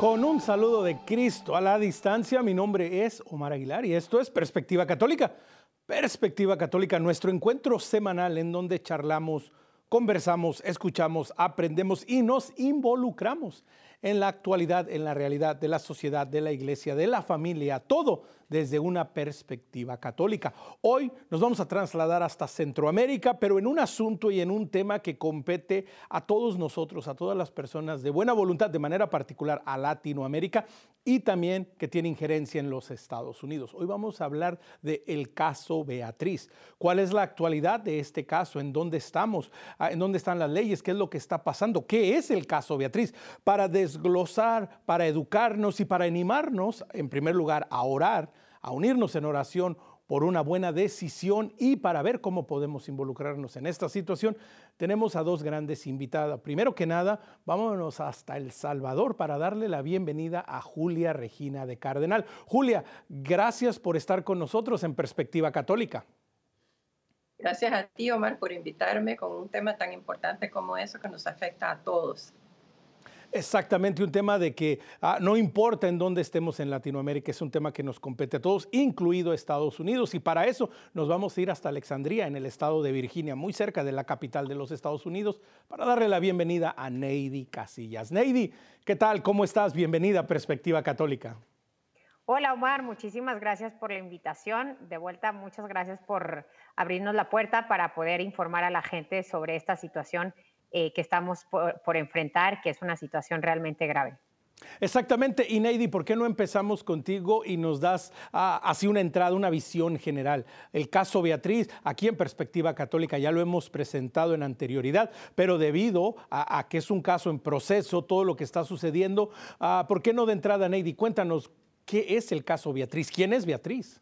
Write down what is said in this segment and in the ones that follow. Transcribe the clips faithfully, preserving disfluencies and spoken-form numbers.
Con un saludo de Cristo a la distancia, mi nombre es Omar Aguilar y esto es Perspectiva Católica. Perspectiva Católica, nuestro encuentro semanal en donde charlamos, conversamos, escuchamos, aprendemos y nos involucramos en la actualidad, en la realidad de la sociedad, de la iglesia, de la familia, todo desde una perspectiva católica. Hoy nos vamos a trasladar hasta Centroamérica, pero en un asunto y en un tema que compete a todos nosotros, a todas las personas de buena voluntad, de manera particular a Latinoamérica y también que tiene injerencia en los Estados Unidos. Hoy vamos a hablar del caso Beatriz. ¿Cuál es la actualidad de este caso? ¿En dónde estamos? ¿En dónde están las leyes? ¿Qué es lo que está pasando? ¿Qué es el caso Beatriz? Para desglosar, para educarnos y para animarnos, en primer lugar, a orar, a unirnos en oración por una buena decisión y para ver cómo podemos involucrarnos en esta situación, tenemos a dos grandes invitadas. Primero que nada, vámonos hasta El Salvador para darle la bienvenida a Julia Regina de Cardenal. Julia, gracias por estar con nosotros en Perspectiva Católica. Gracias a ti, Omar, por invitarme con un tema tan importante como eso que nos afecta a todos. Exactamente, un tema de que ah, no importa en dónde estemos en Latinoamérica, es un tema que nos compete a todos, incluido Estados Unidos. Y para eso nos vamos a ir hasta Alexandria, en el estado de Virginia, muy cerca de la capital de los Estados Unidos, para darle la bienvenida a Neidy Casillas. Neidy, ¿qué tal? ¿Cómo estás? Bienvenida a Perspectiva Católica. Hola Omar, muchísimas gracias por la invitación. De vuelta, muchas gracias por abrirnos la puerta para poder informar a la gente sobre esta situación Eh, que estamos por, por enfrentar, que es una situación realmente grave. Exactamente, y Neidy, ¿por qué no empezamos contigo y nos das uh, así una entrada, una visión general? El caso Beatriz, aquí en Perspectiva Católica ya lo hemos presentado en anterioridad, pero debido a, a que es un caso en proceso, todo lo que está sucediendo, uh, ¿por qué no de entrada, Neidy? Cuéntanos, ¿qué es el caso Beatriz? ¿Quién es Beatriz?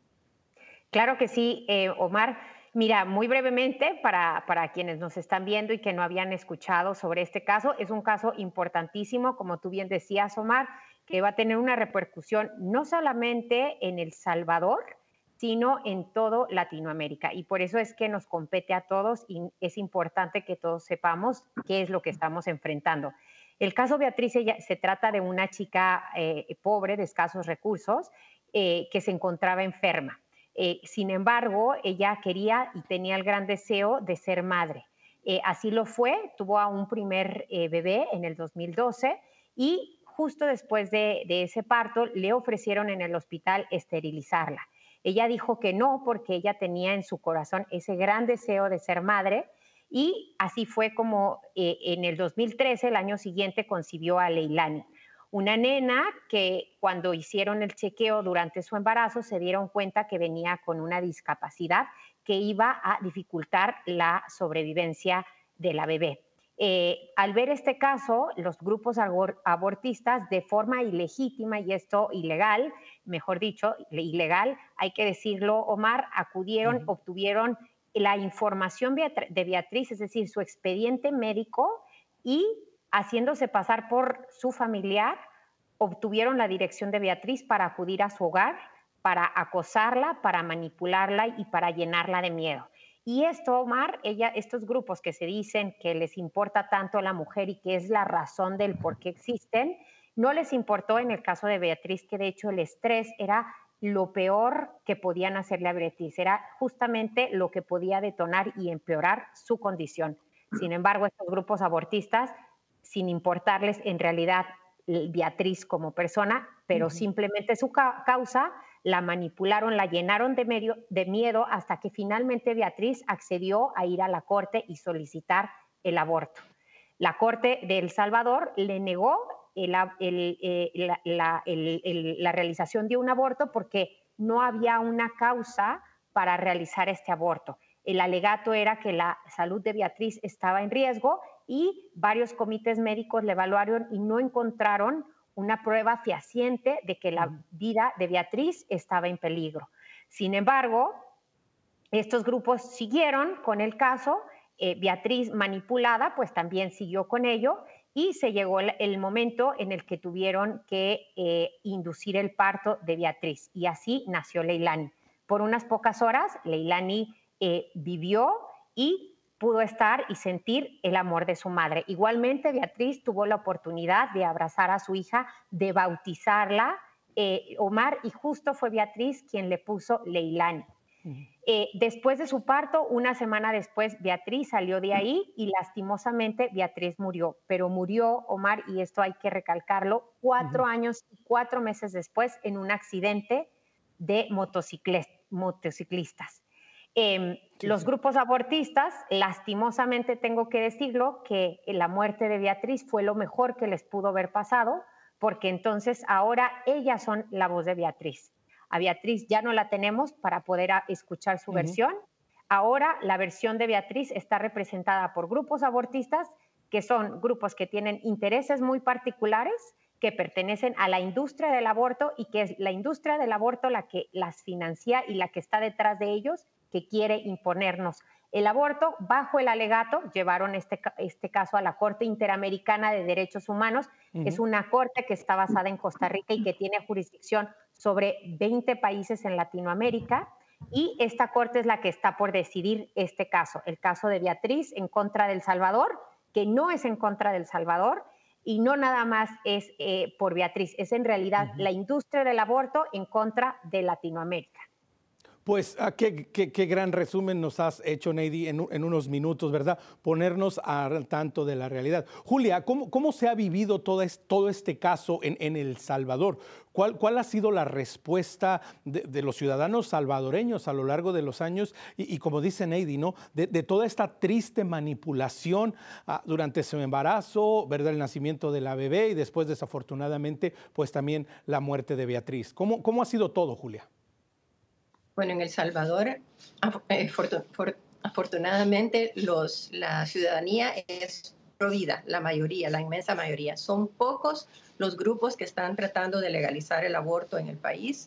Claro que sí, eh, Omar. Mira, muy brevemente, para, para quienes nos están viendo y que no habían escuchado sobre este caso, es un caso importantísimo, como tú bien decías, Omar, que va a tener una repercusión no solamente en El Salvador, sino en todo Latinoamérica. Y por eso es que nos compete a todos y es importante que todos sepamos qué es lo que estamos enfrentando. El caso Beatriz ella, se trata de una chica eh, pobre, de escasos recursos, eh, que se encontraba enferma. Eh, sin embargo, ella quería y tenía el gran deseo de ser madre. Eh, así lo fue, tuvo a un primer eh, bebé en el dos mil doce y justo después de, de ese parto le ofrecieron en el hospital esterilizarla. Ella dijo que no porque ella tenía en su corazón ese gran deseo de ser madre y así fue como eh, en el dos mil trece, el año siguiente, concibió a Leilani. Una nena que cuando hicieron el chequeo durante su embarazo se dieron cuenta que venía con una discapacidad que iba a dificultar la sobrevivencia de la bebé. Eh, al ver este caso, los grupos abortistas de forma ilegítima, y esto ilegal, mejor dicho, ilegal, hay que decirlo, Omar, acudieron, uh-huh. obtuvieron la información de Beatriz, es decir, su expediente médico y haciéndose pasar por su familiar, obtuvieron la dirección de Beatriz para acudir a su hogar, para acosarla, para manipularla y para llenarla de miedo. Y esto, Omar, ella, estos grupos que se dicen que les importa tanto a la mujer y que es la razón del por qué existen, no les importó en el caso de Beatriz, que de hecho el estrés era lo peor que podían hacerle a Beatriz, era justamente lo que podía detonar y empeorar su condición. Sin embargo, estos grupos abortistas, sin importarles en realidad Beatriz como persona, pero uh-huh. simplemente su ca- causa, la manipularon, la llenaron de, medio, de miedo hasta que finalmente Beatriz accedió a ir a la corte y solicitar el aborto. La corte de El Salvador le negó el, el, eh, la, la, el, el, la realización de un aborto porque no había una causa para realizar este aborto. El alegato era que la salud de Beatriz estaba en riesgo y varios comités médicos le evaluaron y no encontraron una prueba fehaciente de que la vida de Beatriz estaba en peligro. Sin embargo, estos grupos siguieron con el caso, eh, Beatriz manipulada, pues también siguió con ello y se llegó el, el momento en el que tuvieron que eh, inducir el parto de Beatriz y así nació Leilani. Por unas pocas horas, Leilani Eh, vivió y pudo estar y sentir el amor de su madre. Igualmente, Beatriz tuvo la oportunidad de abrazar a su hija, de bautizarla, eh, Omar, y justo fue Beatriz quien le puso Leilani. Ujú. Eh, después de su parto, una semana después, Beatriz salió de ahí y lastimosamente Beatriz murió, pero murió, Omar, y esto hay que recalcarlo, cuatro Ujú. años y cuatro meses después en un accidente de motocicles- motociclistas. Eh, Sí, los sí. grupos abortistas, lastimosamente tengo que decirlo, que la muerte de Beatriz fue lo mejor que les pudo haber pasado, porque entonces ahora ellas son la voz de Beatriz. A Beatriz ya no la tenemos para poder a- escuchar su Ujú. versión. Ahora la versión de Beatriz está representada por grupos abortistas, que son grupos que tienen intereses muy particulares, que pertenecen a la industria del aborto y que es la industria del aborto la que las financia y la que está detrás de ellos, que quiere imponernos el aborto. Bajo el alegato, llevaron este, este caso a la Corte Interamericana de Derechos Humanos. Es Ujú. una corte que está basada en Costa Rica y que tiene jurisdicción sobre veinte países en Latinoamérica. Y esta corte es la que está por decidir este caso, el caso de Beatriz en contra del Salvador, que no es en contra del Salvador y no nada más es eh, por Beatriz, es en realidad Ujú. la industria del aborto en contra de Latinoamérica. Pues ah, qué, qué- qué gran resumen nos has hecho, Neidy, en, u- en unos minutos, ¿verdad? Ponernos al tanto de la realidad. Julia, ¿cómo, cómo se ha vivido todo, es- todo este caso en, en El Salvador? ¿Cuál, cuál ha sido la respuesta de, de los ciudadanos salvadoreños a lo largo de los años? Y, y como dice Neidy, ¿no? De, de toda esta triste manipulación ah, durante su embarazo, ¿verdad? El nacimiento de la bebé y después, desafortunadamente, pues también la muerte de Beatriz. ¿Cómo, cómo ha sido todo, Julia? Bueno, en El Salvador, af- eh, fortu- for- afortunadamente, los, la ciudadanía es pro vida, la mayoría, la inmensa mayoría. Son pocos los grupos que están tratando de legalizar el aborto en el país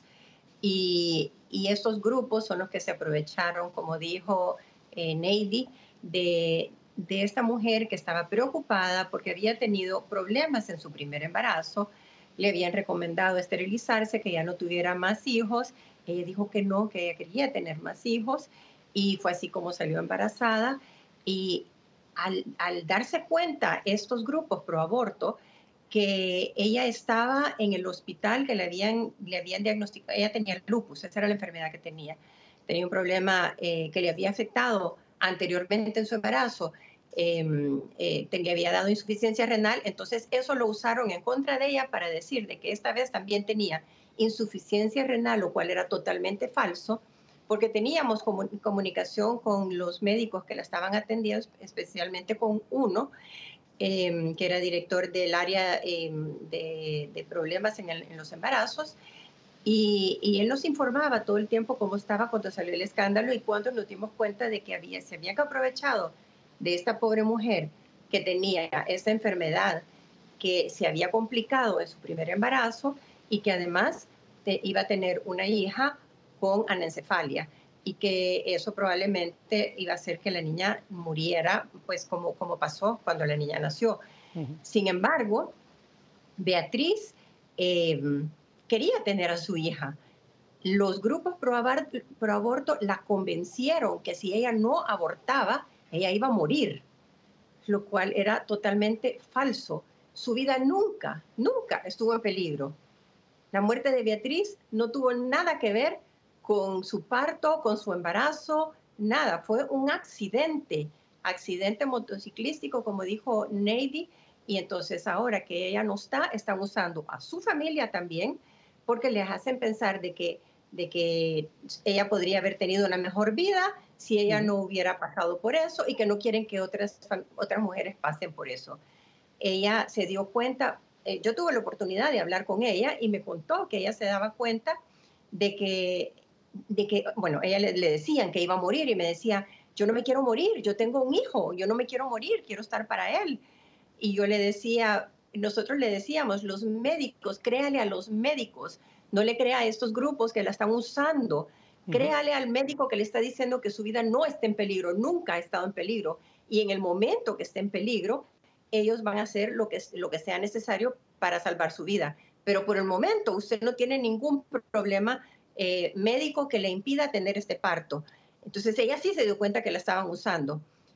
y, y estos grupos son los que se aprovecharon, como dijo eh, Neidy, de, de esta mujer que estaba preocupada porque había tenido problemas en su primer embarazo, le habían recomendado esterilizarse, que ya no tuviera más hijos. Ella dijo que no, que ella quería tener más hijos y fue así como salió embarazada. Y al, al darse cuenta estos grupos pro aborto que ella estaba en el hospital, que le habían, le habían diagnosticado, ella tenía lupus, esa era la enfermedad que tenía. Tenía un problema eh, que le había afectado anteriormente en su embarazo, eh, eh, le había dado insuficiencia renal, entonces eso lo usaron en contra de ella para decir de que esta vez también tenía insuficiencia renal, lo cual era totalmente falso, porque teníamos comun comunicación con los médicos que la estaban atendiendo, especialmente con uno, eh, que era director del área eh, de, de, problemas en, el, en los embarazos, y, y, él nos informaba todo el tiempo cómo estaba cuando salió el escándalo y cuando nos dimos cuenta de que había, se habían aprovechado de esta pobre mujer que tenía esta enfermedad que se había complicado en su primer embarazo y que además te, iba a tener una hija con anencefalia y que eso probablemente iba a hacer que la niña muriera, pues como, como pasó cuando la niña nació. Ujú. Sin embargo, Beatriz eh, quería tener a su hija. Los grupos pro aborto, pro aborto la convencieron que si ella no abortaba, ella iba a morir, lo cual era totalmente falso. Su vida nunca, nunca estuvo en peligro. La muerte de Beatriz no tuvo nada que ver con su parto, con su embarazo, nada. Fue un accidente, accidente motociclístico, como dijo Neidy, y entonces ahora que ella no está, están usando a su familia también, porque les hacen pensar de que, de que ella podría haber tenido una mejor vida si ella Ujú. no hubiera pasado por eso y que no quieren que otras, otras mujeres pasen por eso. Ella se dio cuenta, eh, yo tuve la oportunidad de hablar con ella y me contó que ella se daba cuenta de que, de que bueno, ella le, le decían que iba a morir y me decía, yo no me quiero morir, yo tengo un hijo, yo no me quiero morir, quiero estar para él. Y yo le decía, nosotros le decíamos, los médicos, créale a los médicos, no le crea a estos grupos que la están usando, Ujú. créale al médico que le está diciendo que su vida no está en peligro, nunca ha estado en peligro. Y en el momento que esté en peligro, ellos van a hacer lo que, lo que sea necesario para salvar su vida. Pero por el momento usted no tiene ningún problema eh, médico que le impida tener este parto. Entonces ella sí se dio cuenta que la estaban usando.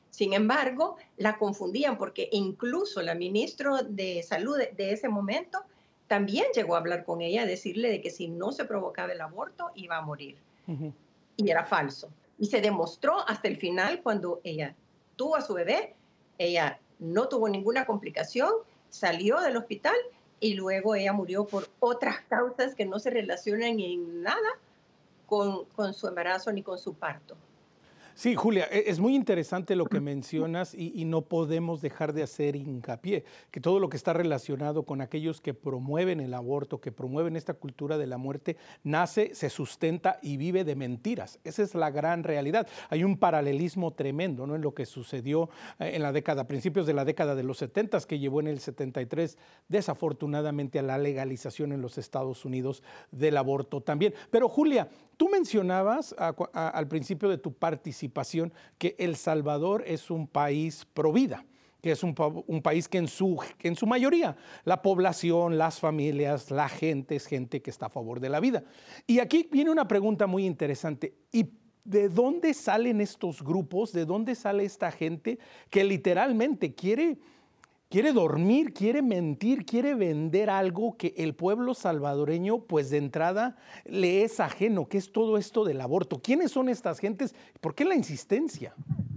Sin embargo, la confundían porque incluso la ministra de Salud de, de ese momento también llegó a hablar con ella, a decirle de que si no se provocaba el aborto iba a morir. Uh-huh. Y era falso. Y se demostró hasta el final cuando ella tuvo a su bebé, ella no tuvo ninguna complicación, salió del hospital y luego ella murió por otras causas que no se relacionan en nada con, con su embarazo ni con su parto. Sí, Julia, es muy interesante lo que mencionas y, y no podemos dejar de hacer hincapié, que todo lo que está relacionado con aquellos que promueven el aborto, que promueven esta cultura de la muerte, nace, se sustenta y vive de mentiras. Esa es la gran realidad. Hay un paralelismo tremendo, ¿no?, en lo que sucedió en la década, a principios de la década de los setentas, que llevó en el setenta y tres, desafortunadamente, a la legalización en los Estados Unidos del aborto también. Pero, Julia, tú mencionabas a, a, al principio de tu participación que El Salvador es un país pro vida, que es un, un país que en, su, que en su mayoría la población, las familias, la gente es gente que está a favor de la vida. Y aquí viene una pregunta muy interesante. ¿Y de dónde salen estos grupos? ¿De dónde sale esta gente que literalmente quiere... quiere dormir, quiere mentir, quiere vender algo que el pueblo salvadoreño, pues de entrada, le es ajeno, que es todo esto del aborto? ¿Quiénes son estas gentes? ¿Por qué la insistencia?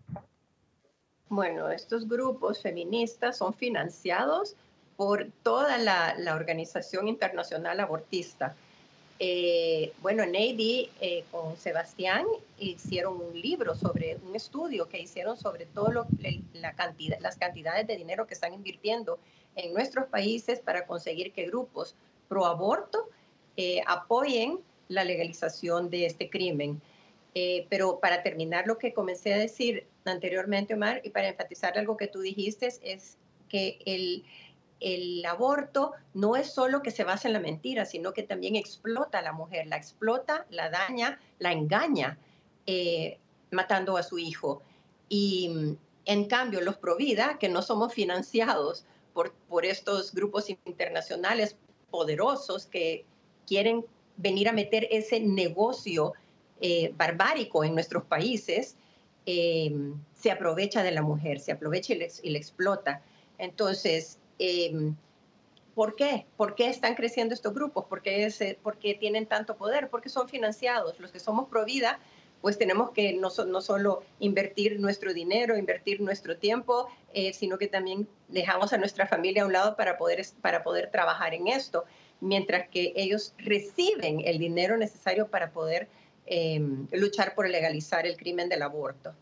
Bueno, estos grupos feministas son financiados por toda la, la Organización Internacional Abortista. Eh, bueno, Neidy eh, con Sebastián hicieron un libro sobre un estudio que hicieron sobre todo lo, la cantidad, las cantidades de dinero que están invirtiendo en nuestros países para conseguir que grupos pro aborto eh, apoyen la legalización de este crimen. Eh, pero para terminar lo que comencé a decir anteriormente, Omar, y para enfatizar algo que tú dijiste, es que el El aborto no es solo que se basa en la mentira, sino que también explota a la mujer, la explota, la daña, la engaña, eh, matando a su hijo. Y en cambio, los pro vida, que no somos financiados por, por estos grupos internacionales poderosos que quieren venir a meter ese negocio eh, barbárico en nuestros países, eh, se aprovecha de la mujer, se aprovecha y le, y le explota. Entonces, Eh, ¿por qué? ¿Por qué están creciendo estos grupos? ¿Por qué, es, ¿Por qué tienen tanto poder? Porque son financiados. Los que somos pro vida, pues tenemos que no, no solo invertir nuestro dinero, invertir nuestro tiempo, eh, sino que también dejamos a nuestra familia a un lado para poder, para poder trabajar en esto, mientras que ellos reciben el dinero necesario para poder eh, luchar por legalizar el crimen del aborto.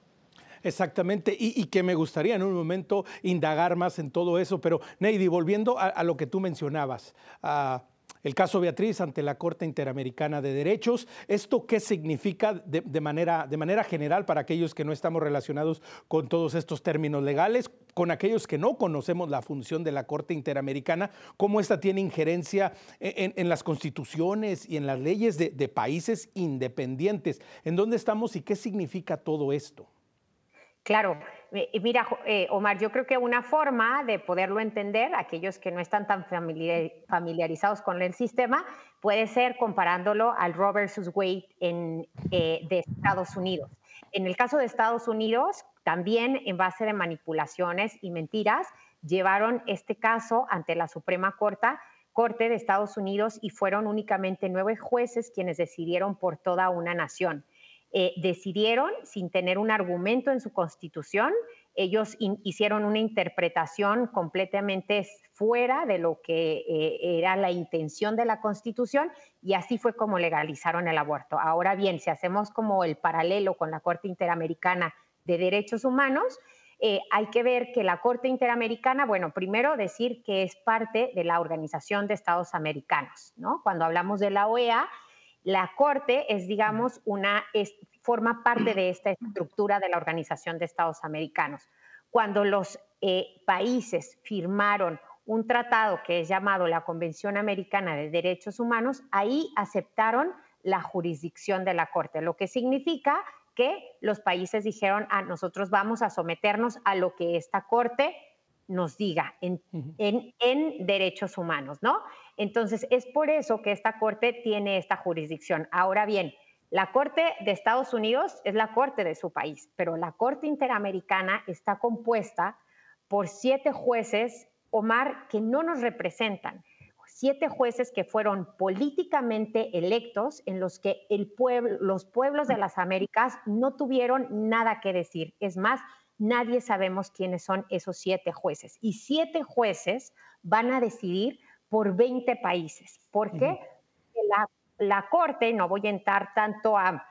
Exactamente, y, y que me gustaría en un momento indagar más en todo eso, pero Neidy, volviendo a, a lo que tú mencionabas, uh, el caso Beatriz ante la Corte Interamericana de Derechos, ¿esto qué significa de, de, manera, de manera general para aquellos que no estamos relacionados con todos estos términos legales, con aquellos que no conocemos la función de la Corte Interamericana, cómo esta tiene injerencia en, en las constituciones y en las leyes de, de países independientes? ¿En dónde estamos y qué significa todo esto? Claro, mira, eh, Omar, yo creo que una forma de poderlo entender, aquellos que no están tan familiarizados con el sistema, puede ser comparándolo al Roe versus Wade en, eh, de Estados Unidos. En el caso de Estados Unidos, también en base de manipulaciones y mentiras, llevaron este caso ante la Suprema Corte, Corte de Estados Unidos y fueron únicamente nueve jueces quienes decidieron por toda una nación. Eh, decidieron, sin tener un argumento en su constitución, ellos in, hicieron una interpretación completamente fuera de lo que eh, era la intención de la Constitución y así fue como legalizaron el aborto. Ahora bien, si hacemos como el paralelo con la Corte Interamericana de Derechos Humanos, eh, hay que ver que la Corte Interamericana, bueno, primero decir que es parte de la Organización de Estados Americanos, ¿no? Cuando hablamos de la O E A, la Corte es, digamos, una, es, forma parte de esta estructura de la Organización de Estados Americanos. Cuando los eh, países firmaron un tratado que es llamado la Convención Americana de Derechos Humanos, ahí aceptaron la jurisdicción de la Corte, lo que significa que los países dijeron, ah, nosotros vamos a someternos a lo que esta Corte nos diga en, uh-huh. en, en derechos humanos, ¿no? Entonces, es por eso que esta Corte tiene esta jurisdicción. Ahora bien, La Corte de Estados Unidos es la Corte de su país, pero la Corte Interamericana está compuesta por siete jueces, Omar, que no nos representan. Siete jueces que fueron políticamente electos, en los que el pueblo, los pueblos de las Américas no tuvieron nada que decir. Es más, nadie sabemos quiénes son esos siete jueces. Y siete jueces van a decidir por veinte países. ¿Por qué? Uh-huh. La, la Corte, no voy a entrar tanto a,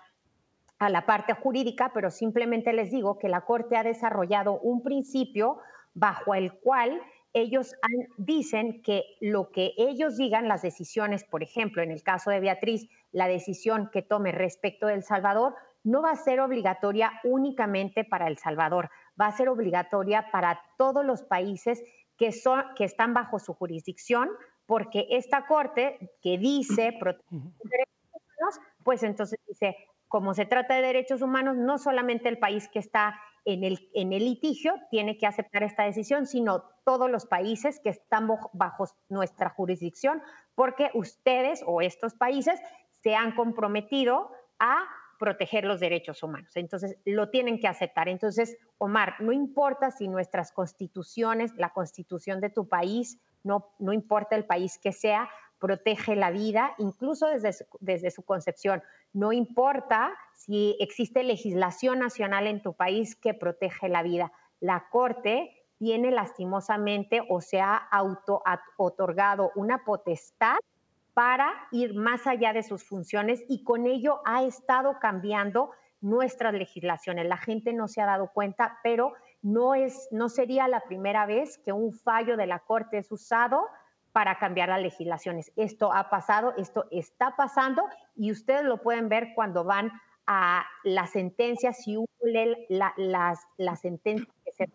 a la parte jurídica, pero simplemente les digo que la Corte ha desarrollado un principio bajo el cual ellos han, dicen que lo que ellos digan, las decisiones, por ejemplo, en el caso de Beatriz, la decisión que tome respecto de El Salvador no va a ser obligatoria únicamente para El Salvador, va a ser obligatoria para todos los países que, son, que están bajo su jurisdicción, porque esta Corte que dice proteger los derechos humanos, pues entonces dice, como se trata de derechos humanos, no solamente el país que está en el, en el litigio tiene que aceptar esta decisión, sino todos los países que están bajo nuestra jurisdicción, porque ustedes o estos países se han comprometido a proteger los derechos humanos. Entonces, lo tienen que aceptar. Entonces, Omar, no importa si nuestras constituciones, la constitución de tu país, no, no importa el país que sea, protege la vida, incluso desde su, desde su concepción. No importa si existe legislación nacional en tu país que protege la vida. La Corte tiene lastimosamente o se ha auto otorgado una potestad para ir más allá de sus funciones y con ello ha estado cambiando nuestras legislaciones. La gente no se ha dado cuenta, pero no, es, no sería la primera vez que un fallo de la Corte es usado para cambiar las legislaciones. Esto ha pasado, esto está pasando y ustedes lo pueden ver cuando van a las sentencias, si uno lee la, las, las sentencias que se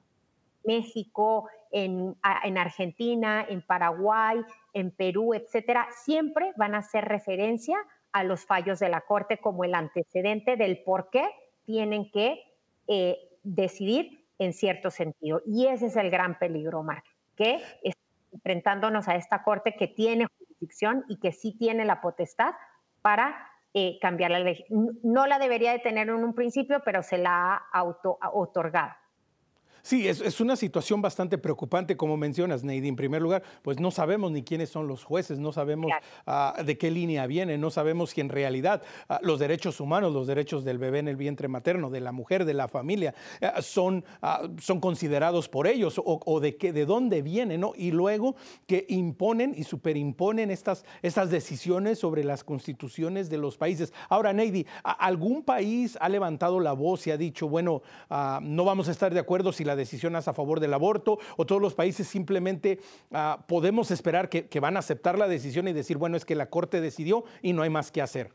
México, en, en Argentina, en Paraguay, en Perú, etcétera, siempre van a hacer referencia a los fallos de la Corte como el antecedente del por qué tienen que eh, decidir en cierto sentido. Y ese es el gran peligro, Omar, que estamos enfrentándonos a esta Corte que tiene jurisdicción y que sí tiene la potestad para eh, cambiar la ley. No la debería de tener en un principio, pero se la ha auto otorgado. Sí, es, es una situación bastante preocupante, como mencionas, Neidy. En primer lugar, pues no sabemos ni quiénes son los jueces, no sabemos claro. uh, de qué línea vienen, no sabemos si en realidad uh, los derechos humanos, los derechos del bebé en el vientre materno, de la mujer, de la familia, uh, son, uh, son considerados por ellos o, o de, qué, de dónde vienen, ¿no? Y luego que imponen y superimponen estas, estas decisiones sobre las constituciones de los países. Ahora, Neidy, ¿algún país ha levantado la voz y ha dicho, bueno, uh, no vamos a estar de acuerdo si la decisión es a favor del aborto, o todos los países simplemente uh, podemos esperar que, que van a aceptar la decisión y decir, bueno, es que la Corte decidió y no hay más que hacer?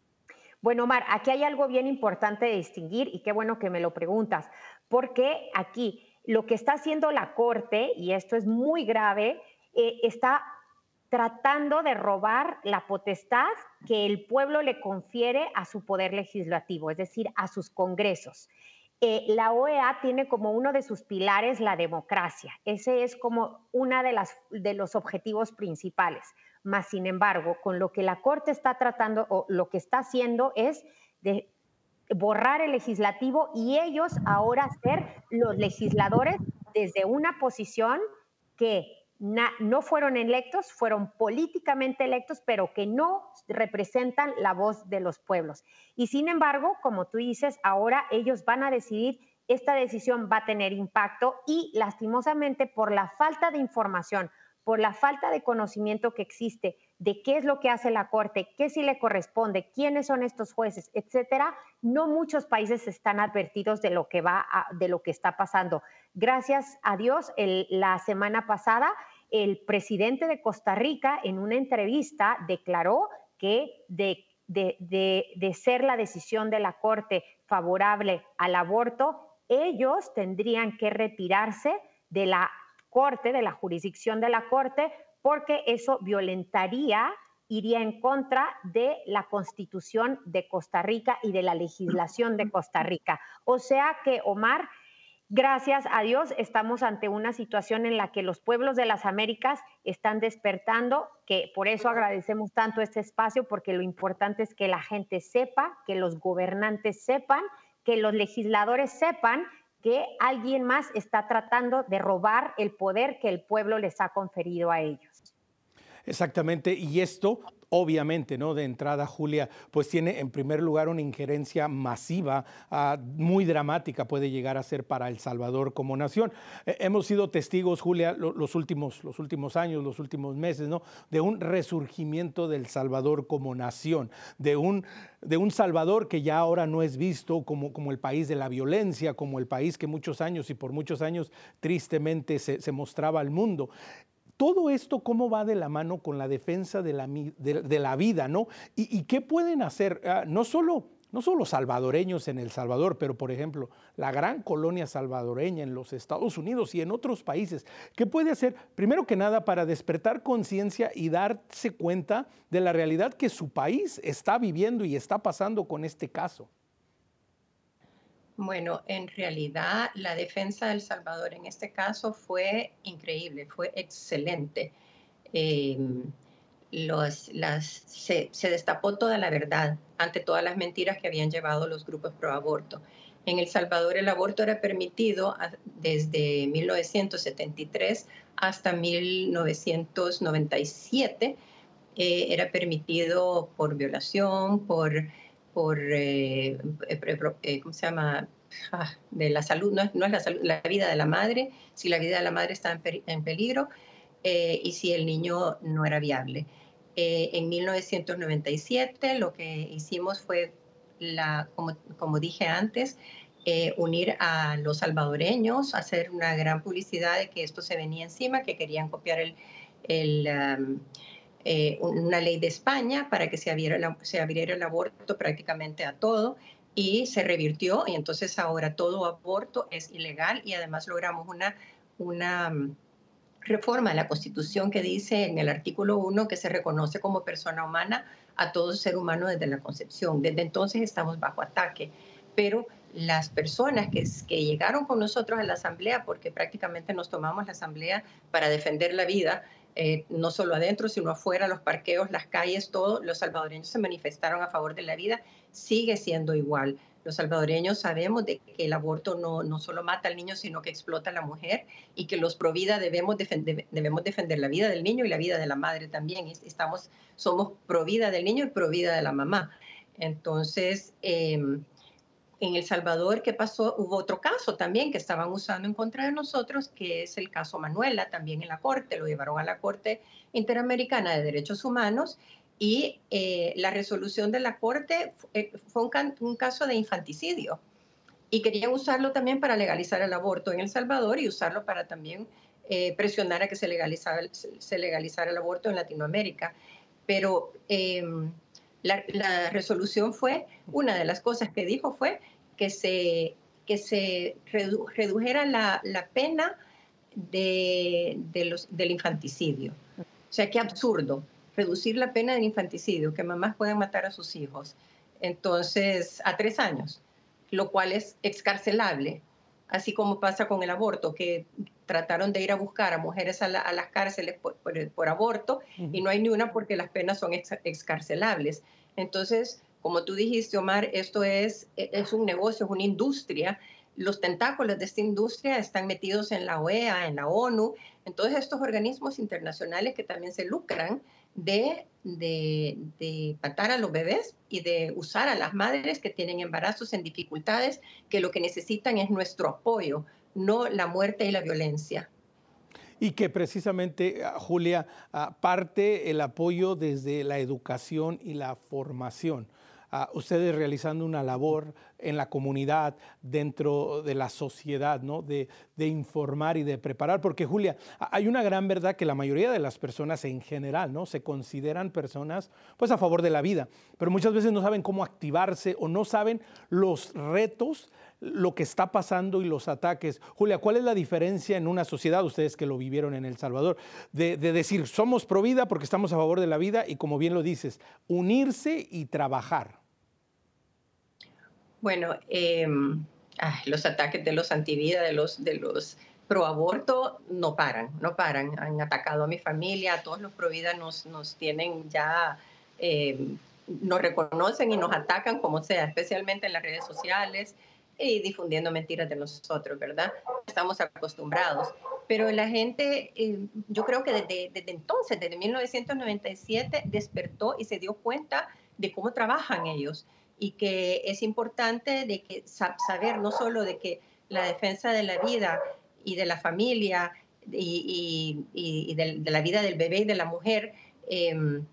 Bueno, Omar, aquí hay algo bien importante de distinguir y qué bueno que me lo preguntas, porque aquí lo que está haciendo la Corte, y esto es muy grave, eh, está tratando de robar la potestad que el pueblo le confiere a su poder legislativo, es decir, a sus congresos. Eh, la O E A tiene como uno de sus pilares la democracia. Ese es como uno de, las, de los objetivos principales. Más sin embargo, con lo que la Corte está tratando o lo que está haciendo es de borrar el legislativo y ellos ahora ser los legisladores desde una posición que na, no fueron electos, fueron políticamente electos, pero que no representan la voz de los pueblos. Y sin embargo, como tú dices, ahora ellos van a decidir, esta decisión va a tener impacto y lastimosamente por la falta de información, por la falta de conocimiento que existe de qué es lo que hace la Corte, qué sí le corresponde, quiénes son estos jueces, etcétera, no muchos países están advertidos de lo que va a, de lo que está pasando. Gracias a Dios, el, la semana pasada, el presidente de Costa Rica en una entrevista declaró que de, de, de, de ser la decisión de la Corte favorable al aborto, ellos tendrían que retirarse de la Corte, de la jurisdicción de la Corte, porque eso violentaría, iría en contra de la Constitución de Costa Rica y de la legislación de Costa Rica. O sea que, Omar, gracias a Dios, estamos ante una situación en la que los pueblos de las Américas están despertando, que por eso agradecemos tanto este espacio, porque lo importante es que la gente sepa, que los gobernantes sepan, que los legisladores sepan que alguien más está tratando de robar el poder que el pueblo les ha conferido a ellos. Exactamente, y esto obviamente, ¿no? De entrada, Julia, pues tiene en primer lugar una injerencia masiva, uh, muy dramática puede llegar a ser para El Salvador como nación. Eh, hemos sido testigos, Julia, lo, los, últimos, los últimos años, los últimos meses, ¿no? De un resurgimiento del Salvador como nación, de un, de un Salvador que ya ahora no es visto como, como el país de la violencia, como el país que muchos años y por muchos años tristemente se, se mostraba al mundo. Todo esto, ¿cómo va de la mano con la defensa de la, de, de la vida, ¿no? ¿Y, y qué pueden hacer? Uh, no solo, no solo salvadoreños en El Salvador, pero, por ejemplo, la gran colonia salvadoreña en los Estados Unidos y en otros países. ¿Qué puede hacer? Primero que nada, para despertar conciencia y darse cuenta de la realidad que su país está viviendo y está pasando con este caso. Bueno, en realidad la defensa de El Salvador en este caso fue increíble, fue excelente. Eh, los, las, se, se destapó toda la verdad ante todas las mentiras que habían llevado los grupos pro aborto. En El Salvador el aborto era permitido desde mil novecientos setenta y tres hasta mil novecientos noventa y siete. Eh, era permitido por violación, por... por, eh, eh, ¿cómo se llama? Ah, de la salud, no es, no es la salud, la vida de la madre, si la vida de la madre está en, peri en peligro eh, y si el niño no era viable. Eh, en mil novecientos noventa y siete lo que hicimos fue, la, como, como dije antes, eh, unir a los salvadoreños, hacer una gran publicidad de que esto se venía encima, que querían copiar el... el um, Eh, una ley de España para que se abriera, la, se abriera el aborto prácticamente a todo y se revirtió y entonces ahora todo aborto es ilegal y además logramos una, una reforma de la Constitución que dice en el artículo uno que se reconoce como persona humana a todo ser humano desde la concepción. Desde entonces estamos bajo ataque, pero las personas que, que llegaron con nosotros a la asamblea, porque prácticamente nos tomamos la asamblea para defender la vida, Eh, no solo adentro, sino afuera, los parqueos, las calles, todo, los salvadoreños se manifestaron a favor de la vida, sigue siendo igual. Los salvadoreños sabemos de que el aborto no, no solo mata al niño, sino que explota a la mujer y que los pro vida debemos defender, debemos defender la vida del niño y la vida de la madre también. Estamos, somos pro vida del niño y pro vida de la mamá. Entonces, eh, en El Salvador, ¿qué pasó? Hubo otro caso también que estaban usando en contra de nosotros, que es el caso Manuela, también en la Corte, lo llevaron a la Corte Interamericana de Derechos Humanos y eh, la resolución de la Corte fue, fue un, un caso de infanticidio y querían usarlo también para legalizar el aborto en El Salvador y usarlo para también eh, presionar a que se legalizara, se legalizara el aborto en Latinoamérica. Pero... Eh, La, la resolución fue, una de las cosas que dijo fue que se, que se redu, redujera la, la pena de, de los, del infanticidio. O sea, qué absurdo, reducir la pena del infanticidio, que mamás pueden matar a sus hijos, entonces, a tres años, lo cual es excarcelable, así como pasa con el aborto, que trataron de ir a buscar a mujeres a, la, a las cárceles por, por, por aborto uh-huh. y no hay ni una porque las penas son ex, excarcelables. Entonces, como tú dijiste, Omar, esto es, es un negocio, es una industria. Los tentáculos de esta industria están metidos en la O E A, en la ONU, en todos estos organismos internacionales que también se lucran de, de, de matar a los bebés y de usar a las madres que tienen embarazos en dificultades, que lo que necesitan es nuestro apoyo, no la muerte y la violencia. Y que precisamente, Julia, parte el apoyo desde la educación y la formación. Uh, ustedes realizando una labor en la comunidad, dentro de la sociedad, ¿no? De, de informar y de preparar, porque Julia, hay una gran verdad que la mayoría de las personas en general, ¿no? Se consideran personas pues a favor de la vida, pero muchas veces no saben cómo activarse o no saben los retos, lo que está pasando y los ataques. Julia, ¿cuál es la diferencia en una sociedad, ustedes que lo vivieron en El Salvador, de, de decir somos pro vida porque estamos a favor de la vida y, como bien lo dices, unirse y trabajar? Bueno, eh, Ay, los ataques de los antivida, de los, de los pro aborto, no paran, no paran. Han atacado a mi familia, a todos los pro vida nos, nos tienen ya, eh, nos reconocen y nos atacan como sea, especialmente en las redes sociales y difundiendo mentiras de nosotros, ¿verdad? Estamos acostumbrados. Pero la gente, eh, yo creo que desde, desde entonces, desde mil novecientos noventa y siete, despertó y se dio cuenta de cómo trabajan ellos y que es importante de que saber no solo de que la defensa de la vida y de la familia y, y, y de, de la vida del bebé y de la mujer eh,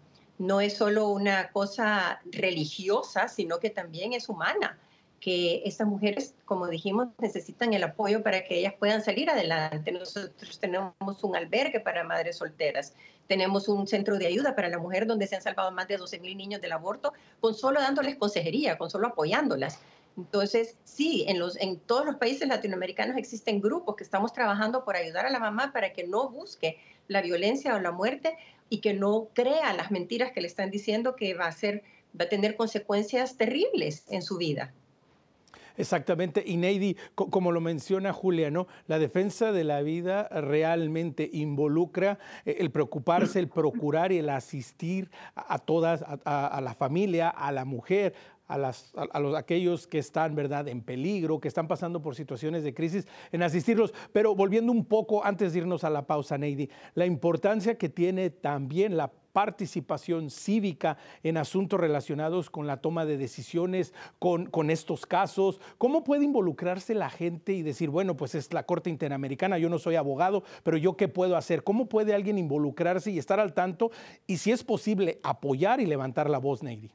no es solo una cosa religiosa, sino que también es humana, que estas mujeres, como dijimos, necesitan el apoyo para que ellas puedan salir adelante. Nosotros tenemos un albergue para madres solteras, tenemos un centro de ayuda para la mujer donde se han salvado más de doce mil niños del aborto, con solo dándoles consejería, con solo apoyándolas. Entonces, sí, en, los, en todos los países latinoamericanos existen grupos que estamos trabajando por ayudar a la mamá para que no busque la violencia o la muerte y que no crea las mentiras que le están diciendo que va a, ser, va a tener consecuencias terribles en su vida. Exactamente, y Neidy, como lo menciona Julia, ¿no? La defensa de la vida realmente involucra el preocuparse, el procurar y el asistir a todas, a, a, a la familia, a la mujer, a, las, a, a los, aquellos que están, ¿verdad?, en peligro, que están pasando por situaciones de crisis, en asistirlos. Pero volviendo un poco, antes de irnos a la pausa, Neidy, la importancia que tiene también la participación cívica en asuntos relacionados con la toma de decisiones, con, con estos casos. ¿Cómo puede involucrarse la gente y decir, bueno, pues es la Corte Interamericana, yo no soy abogado, pero yo qué puedo hacer? ¿Cómo puede alguien involucrarse y estar al tanto? Y si es posible, apoyar y levantar la voz, Neidy.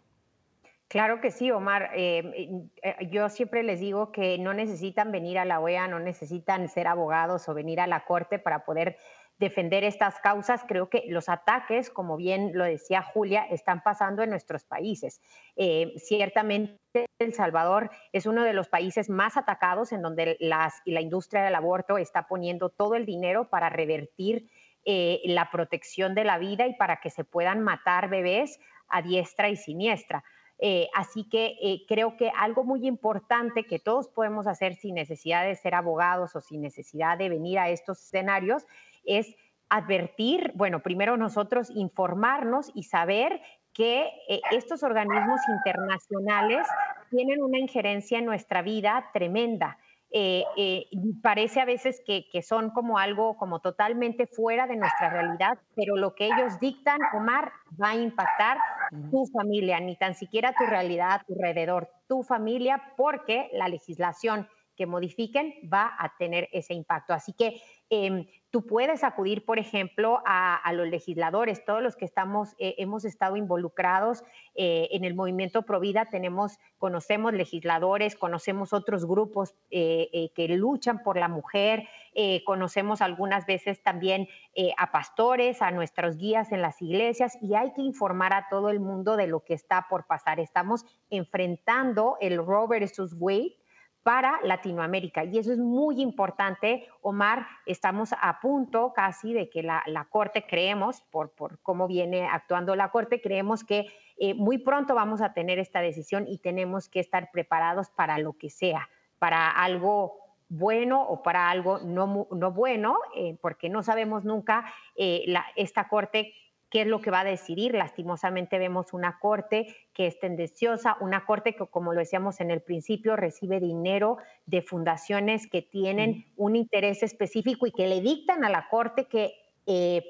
Claro que sí, Omar. Eh, eh, yo siempre les digo que no necesitan venir a la O E A, no necesitan ser abogados o venir a la Corte para poder defender estas causas. Creo que los ataques, como bien lo decía Julia, están pasando en nuestros países. Eh, ciertamente El Salvador es uno de los países más atacados en donde las, la industria del aborto está poniendo todo el dinero para revertir eh, la protección de la vida y para que se puedan matar bebés a diestra y siniestra. Eh, así que eh, creo que algo muy importante que todos podemos hacer sin necesidad de ser abogados o sin necesidad de venir a estos escenarios es advertir, bueno, primero nosotros informarnos y saber que eh, estos organismos internacionales tienen una injerencia en nuestra vida tremenda. Eh, eh, parece a veces que, que son como algo como totalmente fuera de nuestra realidad, pero lo que ellos dictan, Omar, va a impactar tu familia, ni tan siquiera tu realidad a tu alrededor, tu familia, porque la legislación que modifiquen va a tener ese impacto. Así que eh, tú puedes acudir, por ejemplo, a, a los legisladores, todos los que estamos, eh, hemos estado involucrados eh, en el movimiento Provida, tenemos, conocemos legisladores, conocemos otros grupos eh, eh, que luchan por la mujer, eh, conocemos algunas veces también eh, a pastores, a nuestros guías en las iglesias, y hay que informar a todo el mundo de lo que está por pasar. Estamos enfrentando el Roe versus Wade para Latinoamérica. Y eso es muy importante, Omar. Estamos a punto casi de que la, la Corte, creemos, por, por cómo viene actuando la Corte, creemos que eh, muy pronto vamos a tener esta decisión y tenemos que estar preparados para lo que sea, para algo bueno o para algo no, no bueno, eh, porque no sabemos nunca eh, la, esta Corte qué es lo que va a decidir. Lastimosamente vemos una corte que es tendenciosa, una corte que, como lo decíamos en el principio, recibe dinero de fundaciones que tienen un interés específico y que le dictan a la corte que, eh,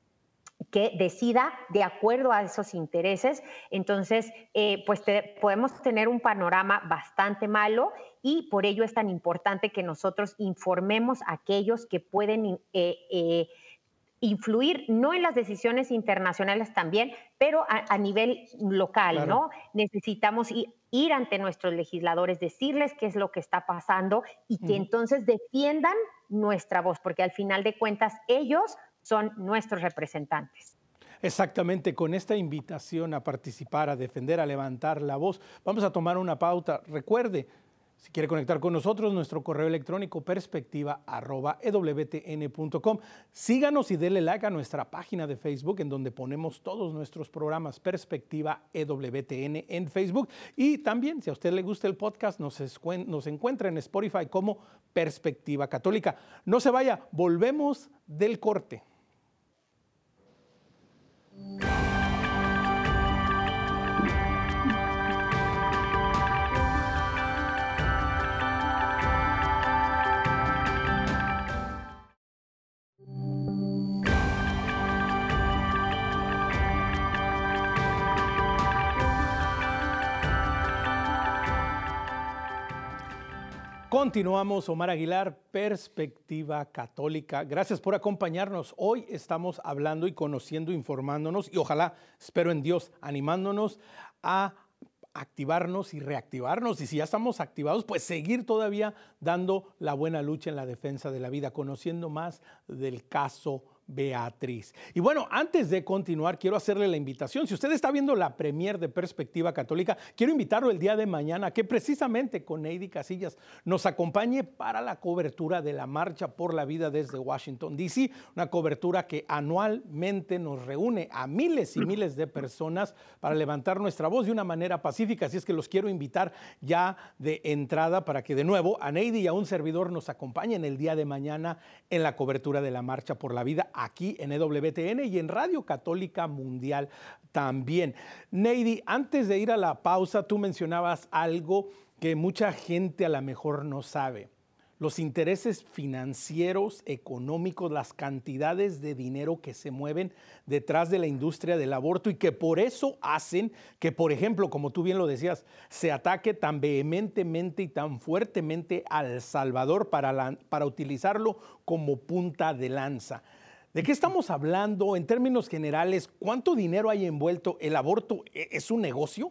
que decida de acuerdo a esos intereses. Entonces, eh, pues te, podemos tener un panorama bastante malo y por ello es tan importante que nosotros informemos a aquellos que pueden eh, eh, influir, no en las decisiones internacionales también, pero a, a nivel local, claro. ¿no? Necesitamos ir, ir ante nuestros legisladores, decirles qué es lo que está pasando y que uh-huh. entonces defiendan nuestra voz, porque al final de cuentas ellos son nuestros representantes. Exactamente, con esta invitación a participar, a defender, a levantar la voz, vamos a tomar una pauta. Recuerde, Si quiere conectar con nosotros, nuestro correo electrónico perspectiva arroba e w t n punto com. Síganos y denle like a nuestra página de Facebook, en donde ponemos todos nuestros programas Perspectiva E W T N en Facebook. Y también, si a usted le gusta el podcast, nos, nos encuentra en Spotify como Perspectiva Católica. No se vaya, volvemos del corte. Continuamos, Omar Aguilar, Perspectiva Católica. Gracias por acompañarnos. Hoy estamos hablando y conociendo, informándonos y ojalá, espero en Dios, animándonos a activarnos y reactivarnos. Y si ya estamos activados, pues seguir todavía dando la buena lucha en la defensa de la vida, conociendo más del caso Beatriz. Y bueno, antes de continuar, quiero hacerle la invitación. Si usted está viendo la premier de Perspectiva Católica, quiero invitarlo el día de mañana a que precisamente con Neidy Casillas nos acompañe para la cobertura de la Marcha por la Vida desde Washington, D C, una cobertura que anualmente nos reúne a miles y miles de personas para levantar nuestra voz de una manera pacífica. Así es que los quiero invitar ya de entrada para que de nuevo a Neidy y a un servidor nos acompañen el día de mañana en la cobertura de la Marcha por la Vida aquí en E W T N y en Radio Católica Mundial también. Neidy, antes de ir a la pausa, tú mencionabas algo que mucha gente a lo mejor no sabe. Los intereses financieros, económicos, las cantidades de dinero que se mueven detrás de la industria del aborto y que por eso hacen que, por ejemplo, como tú bien lo decías, se ataque tan vehementemente y tan fuertemente a El Salvador para, la, para utilizarlo como punta de lanza. ¿De qué estamos hablando en términos generales? ¿Cuánto dinero hay envuelto? ¿El aborto es un negocio?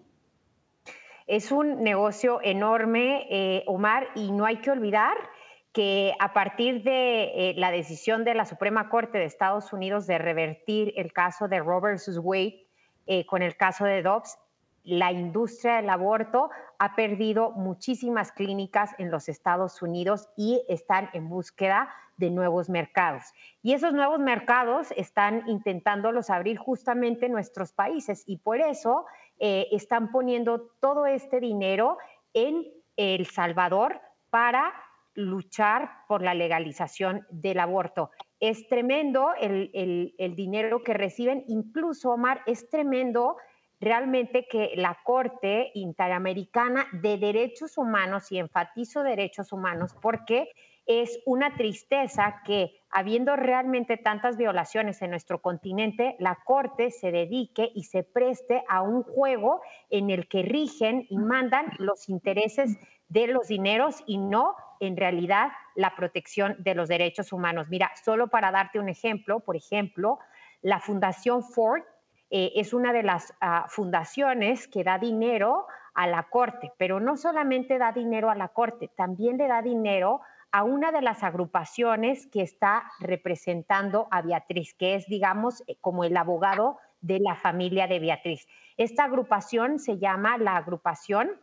Es un negocio enorme, eh, Omar, y no hay que olvidar que a partir de eh, la decisión de la Suprema Corte de Estados Unidos de revertir el caso de Roe versus Wade eh, con el caso de Dobbs, la industria del aborto ha perdido muchísimas clínicas en los Estados Unidos y están en búsqueda de nuevos mercados. Y esos nuevos mercados están intentándolos abrir justamente en nuestros países y por eso eh, están poniendo todo este dinero en El Salvador para luchar por la legalización del aborto. Es tremendo el, el, el dinero que reciben, incluso, Omar, es tremendo realmente que la Corte Interamericana de Derechos Humanos, y enfatizo derechos humanos porque es una tristeza que, habiendo realmente tantas violaciones en nuestro continente, la Corte se dedique y se preste a un juego en el que rigen y mandan los intereses de los dineros y no, en realidad, la protección de los derechos humanos. Mira, solo para darte un ejemplo, por ejemplo, la Fundación Ford Eh, es una de las uh, fundaciones que da dinero a la Corte, pero no solamente da dinero a la Corte, también le da dinero a una de las agrupaciones que está representando a Beatriz, que es, digamos, como el abogado de la familia de Beatriz. Esta agrupación se llama la Agrupación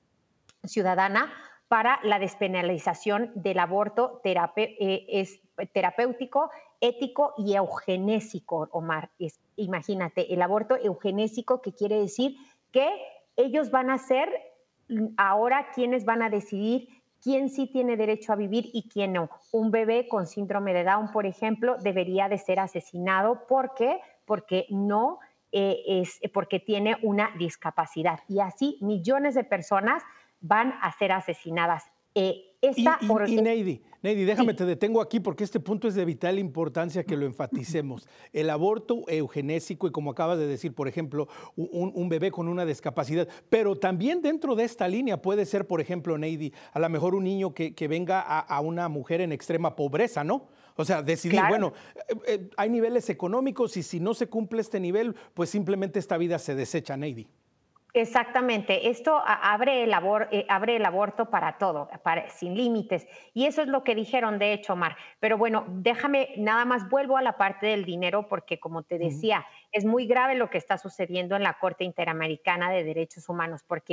Ciudadana para la Despenalización del Aborto terape eh, es, terapéutico, ético y eugenésico, Omar. Es, imagínate, el aborto eugenésico, que quiere decir que ellos van a ser ahora quienes van a decidir quién sí tiene derecho a vivir y quién no. Un bebé con síndrome de Down, por ejemplo, debería de ser asesinado. ¿Por qué? Porque no eh, es porque tiene una discapacidad. Y así millones de personas van a ser asesinadas. Eh, esta y, y, y Neidy, Neidy, déjame, sí. Te detengo aquí porque este punto es de vital importancia que lo enfaticemos. El aborto eugenésico y, como acabas de decir, por ejemplo, un, un bebé con una discapacidad, pero también dentro de esta línea puede ser, por ejemplo, Neidy, a lo mejor un niño que, que venga a, a una mujer en extrema pobreza, ¿no? O sea, decidir, claro. bueno, eh, eh, hay niveles económicos y si no se cumple este nivel, pues simplemente esta vida se desecha, Neidy. Exactamente, esto abre el, abor, eh, abre el aborto para todo, para, sin límites, y eso es lo que dijeron, de hecho, Omar. Pero bueno, déjame, nada más vuelvo a la parte del dinero, porque como te decía, uh-huh. es muy grave lo que está sucediendo en la Corte Interamericana de Derechos Humanos, porque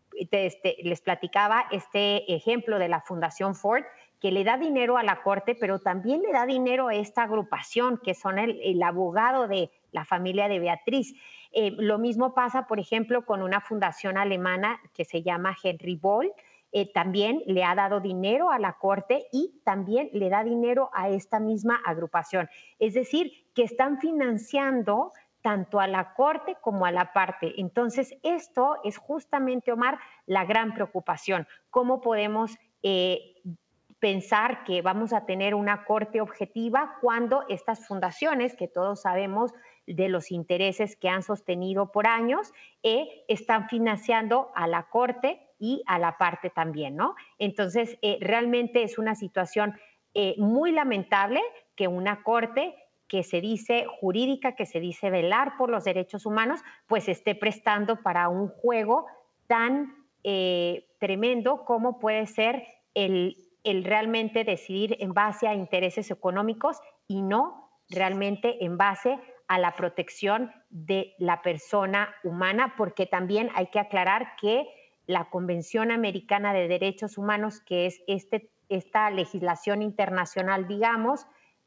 Este, les platicaba este ejemplo de la Fundación Ford, que le da dinero a la corte, pero también le da dinero a esta agrupación, que son el, el abogado de la familia de Beatriz. Eh, lo mismo pasa, por ejemplo, con una fundación alemana que se llama Henry Boll. Eh, también le ha dado dinero a la corte y también le da dinero a esta misma agrupación. Es decir, que están financiando tanto a la corte como a la parte. Entonces, esto es justamente, Omar, la gran preocupación. ¿Cómo podemos eh, pensar que vamos a tener una corte objetiva cuando estas fundaciones, que todos sabemos de los intereses que han sostenido por años, eh, están financiando a la corte y a la parte también, ¿no? Entonces, eh, realmente es una situación eh, muy lamentable que una corte que se dice jurídica, que se dice velar por los derechos humanos, pues esté prestando para un juego tan eh, tremendo como puede ser el, el realmente decidir en base a intereses económicos y no realmente en base a la protección de la persona humana, porque también hay que aclarar que la Convención Americana de Derechos Humanos, que es este, esta legislación internacional, digamos,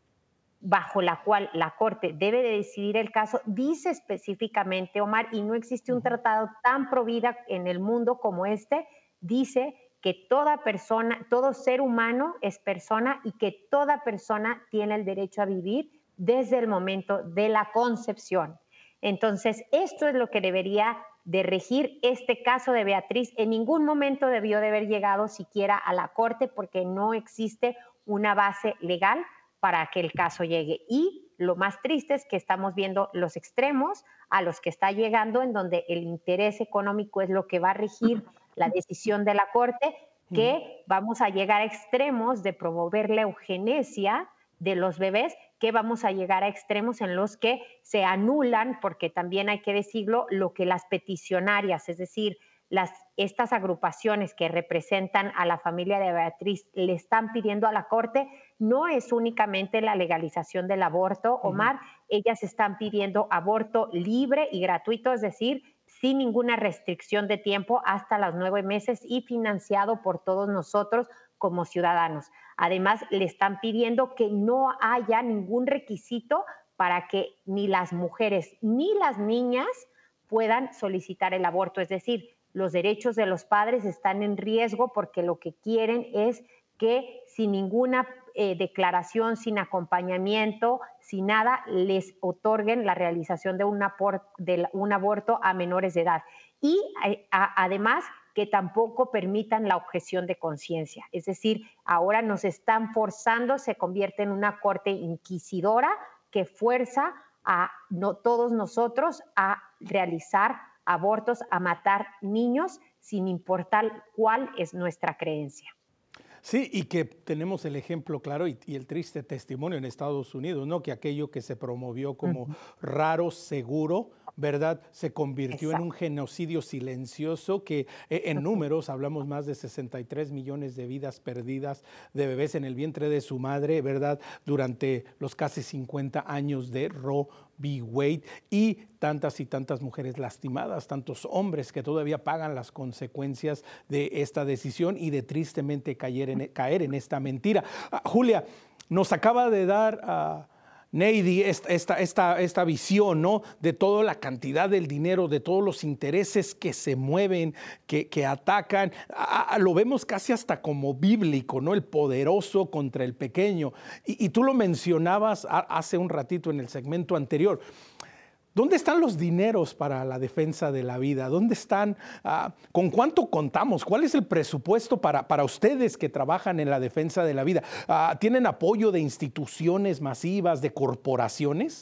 bajo la cual la Corte debe de decidir el caso, dice específicamente, Omar, y no existe un tratado tan pro vida en el mundo como este, dice que toda persona, todo ser humano es persona y que toda persona tiene el derecho a vivir desde el momento de la concepción. Entonces, esto es lo que debería de regir este caso de Beatriz. En ningún momento debió de haber llegado siquiera a la Corte porque no existe una base legal para que el caso llegue. Y lo más triste es que estamos viendo los extremos a los que está llegando, en donde el interés económico es lo que va a regir la decisión de la Corte, que vamos a llegar a extremos de promover la eugenesia de los bebés, que vamos a llegar a extremos en los que se anulan, porque también hay que decirlo, lo que las peticionarias, es decir, Las, estas agrupaciones que representan a la familia de Beatriz le están pidiendo a la Corte, no es únicamente la legalización del aborto, Omar, uh-huh. Ellas están pidiendo aborto libre y gratuito, es decir, sin ninguna restricción de tiempo hasta los nueve meses y financiado por todos nosotros como ciudadanos. Además, le están pidiendo que no haya ningún requisito para que ni las mujeres ni las niñas puedan solicitar el aborto, es decir, los derechos de los padres están en riesgo porque lo que quieren es que sin ninguna eh, declaración, sin acompañamiento, sin nada, les otorguen la realización de, una por, de un aborto a menores de edad. Y eh, a, además que tampoco permitan la objeción de conciencia. Es decir, ahora nos están forzando, se convierte en una corte inquisidora que fuerza a no, todos nosotros a realizar abortos, a matar niños, sin importar cuál es nuestra creencia. Sí, y que tenemos el ejemplo claro y, y el triste testimonio en Estados Unidos, ¿no? Que aquello que se promovió como uh-huh. raro, seguro, ¿verdad? Se convirtió Exacto. en un genocidio silencioso que eh, en números hablamos más de sesenta y tres millones de vidas perdidas de bebés en el vientre de su madre, ¿verdad? Durante los casi cincuenta años de Roe v. Wade y tantas y tantas mujeres lastimadas, tantos hombres que todavía pagan las consecuencias de esta decisión y de tristemente caer en, caer en esta mentira. Uh, Julia, nos acaba de dar uh, Neidy esta, esta, esta, esta visión, ¿no? De toda la cantidad del dinero, de todos los intereses que se mueven, que, que atacan. A, a, lo vemos casi hasta como bíblico, ¿no? El poderoso contra el pequeño. Y, y tú lo mencionabas a, hace un ratito en el segmento anterior. ¿Dónde están los dineros para la defensa de la vida? ¿Dónde están? Uh, ¿Con cuánto contamos? ¿Cuál es el presupuesto para, para ustedes que trabajan en la defensa de la vida? Uh, ¿Tienen apoyo de instituciones masivas, de corporaciones?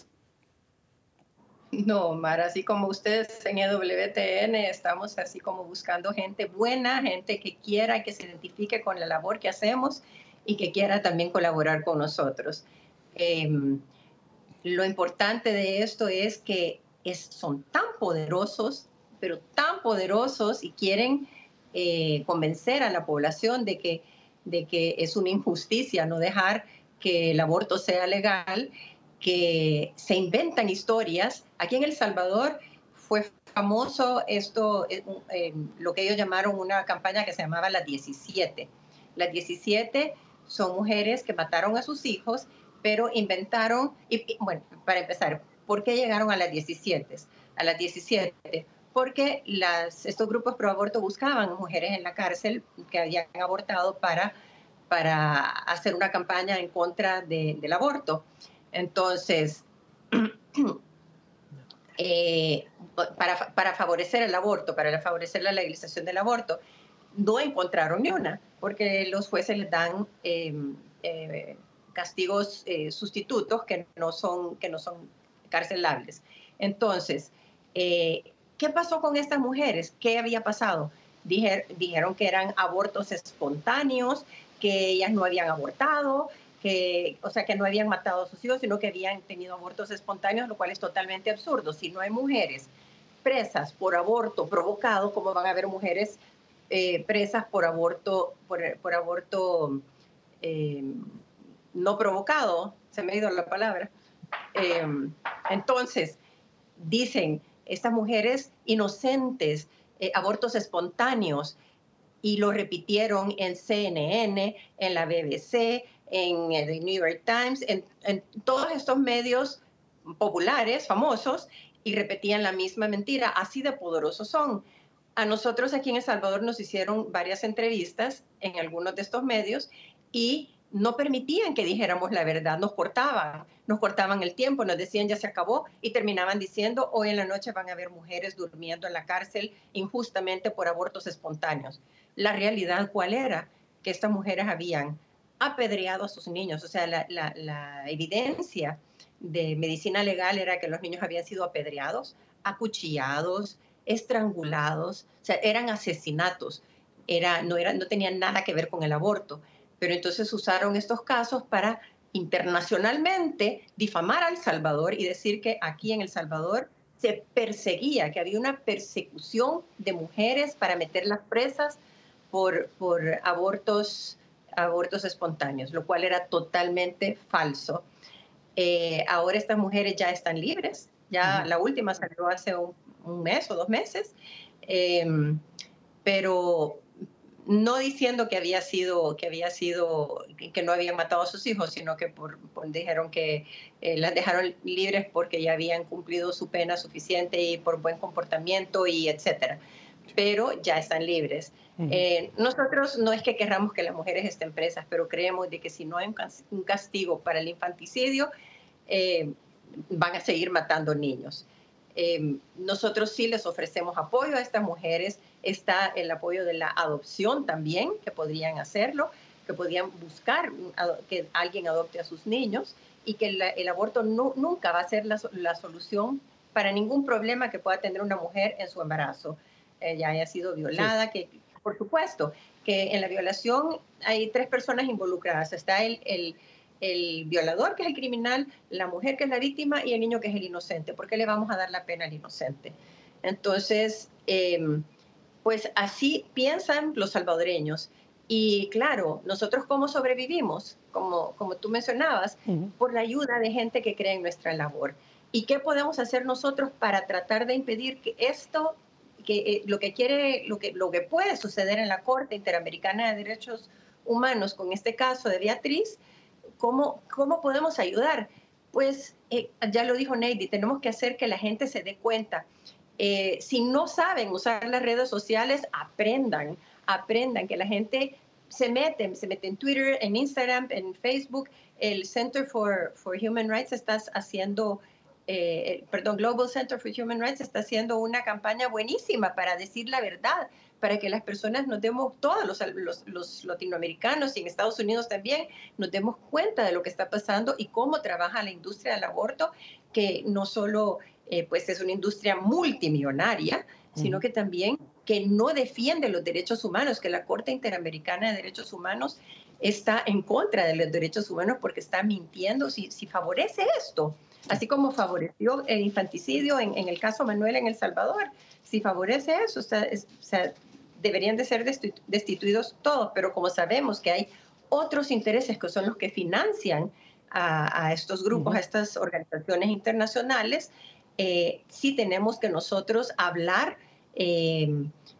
No, Omar, así como ustedes en E W T N estamos así como buscando gente buena, gente que quiera, que se identifique con la labor que hacemos y que quiera también colaborar con nosotros. Eh, Lo importante de esto es que es, son tan poderosos, pero tan poderosos y quieren eh, convencer a la población de que, de que es una injusticia no dejar que el aborto sea legal, que se inventan historias. Aquí en El Salvador fue famoso esto, eh, eh, lo que ellos llamaron una campaña que se llamaba Las diecisiete. Las diecisiete son mujeres que mataron a sus hijos, pero inventaron, y, y, bueno, para empezar, ¿por qué llegaron a las diecisiete? A las diecisiete, porque las, estos grupos pro aborto buscaban mujeres en la cárcel que habían abortado para, para hacer una campaña en contra de, del aborto. Entonces, eh, para, para favorecer el aborto, para favorecer la legalización del aborto, no encontraron ni una, porque los jueces les dan eh, eh, castigos eh, sustitutos que no son, que no son carcelables. Entonces, eh, ¿qué pasó con estas mujeres? ¿Qué había pasado? Dijer, dijeron que eran abortos espontáneos, que ellas no habían abortado, que, o sea, que no habían matado a sus hijos, sino que habían tenido abortos espontáneos, lo cual es totalmente absurdo. Si no hay mujeres presas por aborto provocado, ¿cómo van a haber mujeres eh, presas por aborto, por, por aborto eh, no provocado? Se me ha ido la palabra. Eh, entonces, dicen estas mujeres inocentes, eh, abortos espontáneos, y lo repitieron en C N N, en la B B C, en el New York Times, en, en todos estos medios populares, famosos, y repetían la misma mentira. Así de poderosos son. A nosotros aquí en El Salvador nos hicieron varias entrevistas en algunos de estos medios y no permitían que dijéramos la verdad, nos cortaban, nos cortaban el tiempo, nos decían ya se acabó y terminaban diciendo hoy en la noche van a haber mujeres durmiendo en la cárcel injustamente por abortos espontáneos. La realidad, ¿cuál era? Que estas mujeres habían apedreado a sus niños, o sea, la, la, la evidencia de medicina legal era que los niños habían sido apedreados, acuchillados, estrangulados, o sea, eran asesinatos, era, no, era, no tenían nada que ver con el aborto. Pero entonces usaron estos casos para internacionalmente difamar a El Salvador y decir que aquí en El Salvador se perseguía, que había una persecución de mujeres para meterlas presas por, por abortos, abortos espontáneos, lo cual era totalmente falso. Eh, ahora estas mujeres ya están libres, ya uh-huh. La última salió hace un, un mes o dos meses, eh, pero no diciendo que había sido, que había sido, que no habían matado a sus hijos, sino que por, por, dijeron que eh, las dejaron libres porque ya habían cumplido su pena suficiente y por buen comportamiento y etcétera. Pero ya están libres. Uh-huh. Eh, nosotros no es que querramos que las mujeres estén presas, pero creemos de que si no hay un castigo para el infanticidio, eh, van a seguir matando niños. Eh, nosotros sí les ofrecemos apoyo a estas mujeres. Está el apoyo de la adopción también, que podrían hacerlo, que podrían buscar que alguien adopte a sus niños y que la, el aborto no, nunca va a ser la, la solución para ningún problema que pueda tener una mujer en su embarazo. Eh, ya haya sido violada, sí. que por supuesto que en la violación hay tres personas involucradas. Está el, el el violador, que es el criminal, la mujer, que es la víctima, y el niño, que es el inocente. ¿Por qué le vamos a dar la pena al inocente? Entonces, eh, pues así piensan los salvadoreños. Y claro, nosotros cómo sobrevivimos, como, como tú mencionabas, uh-huh. por la ayuda de gente que cree en nuestra labor. ¿Y qué podemos hacer nosotros para tratar de impedir que esto, que eh, lo que quiere, lo que, lo que puede suceder en la Corte Interamericana de Derechos Humanos con este caso de Beatriz, ¿Cómo, ¿Cómo podemos ayudar? Pues eh, ya lo dijo Neidy, tenemos que hacer que la gente se dé cuenta. Eh, si no saben usar las redes sociales, aprendan, aprendan, que la gente se mete, se mete en Twitter, en Instagram, en Facebook. El Center for, for Human Rights está haciendo, eh, perdón, Global Center for Human Rights está haciendo una campaña buenísima para decir la verdad, para que las personas nos demos, todos los, los, los latinoamericanos y en Estados Unidos también, nos demos cuenta de lo que está pasando y cómo trabaja la industria del aborto, que no solo eh, pues es una industria multimillonaria, uh-huh. sino que también que no defiende los derechos humanos, que la Corte Interamericana de Derechos Humanos está en contra de los derechos humanos porque está mintiendo si, si favorece esto. Así como favoreció el infanticidio en, en el caso Manuel en El Salvador, si favorece eso, o sea, es, o sea, deberían de ser destituidos todos, pero como sabemos que hay otros intereses que son los que financian a, a estos grupos, uh-huh. a estas organizaciones internacionales, eh, sí tenemos que nosotros hablar, eh,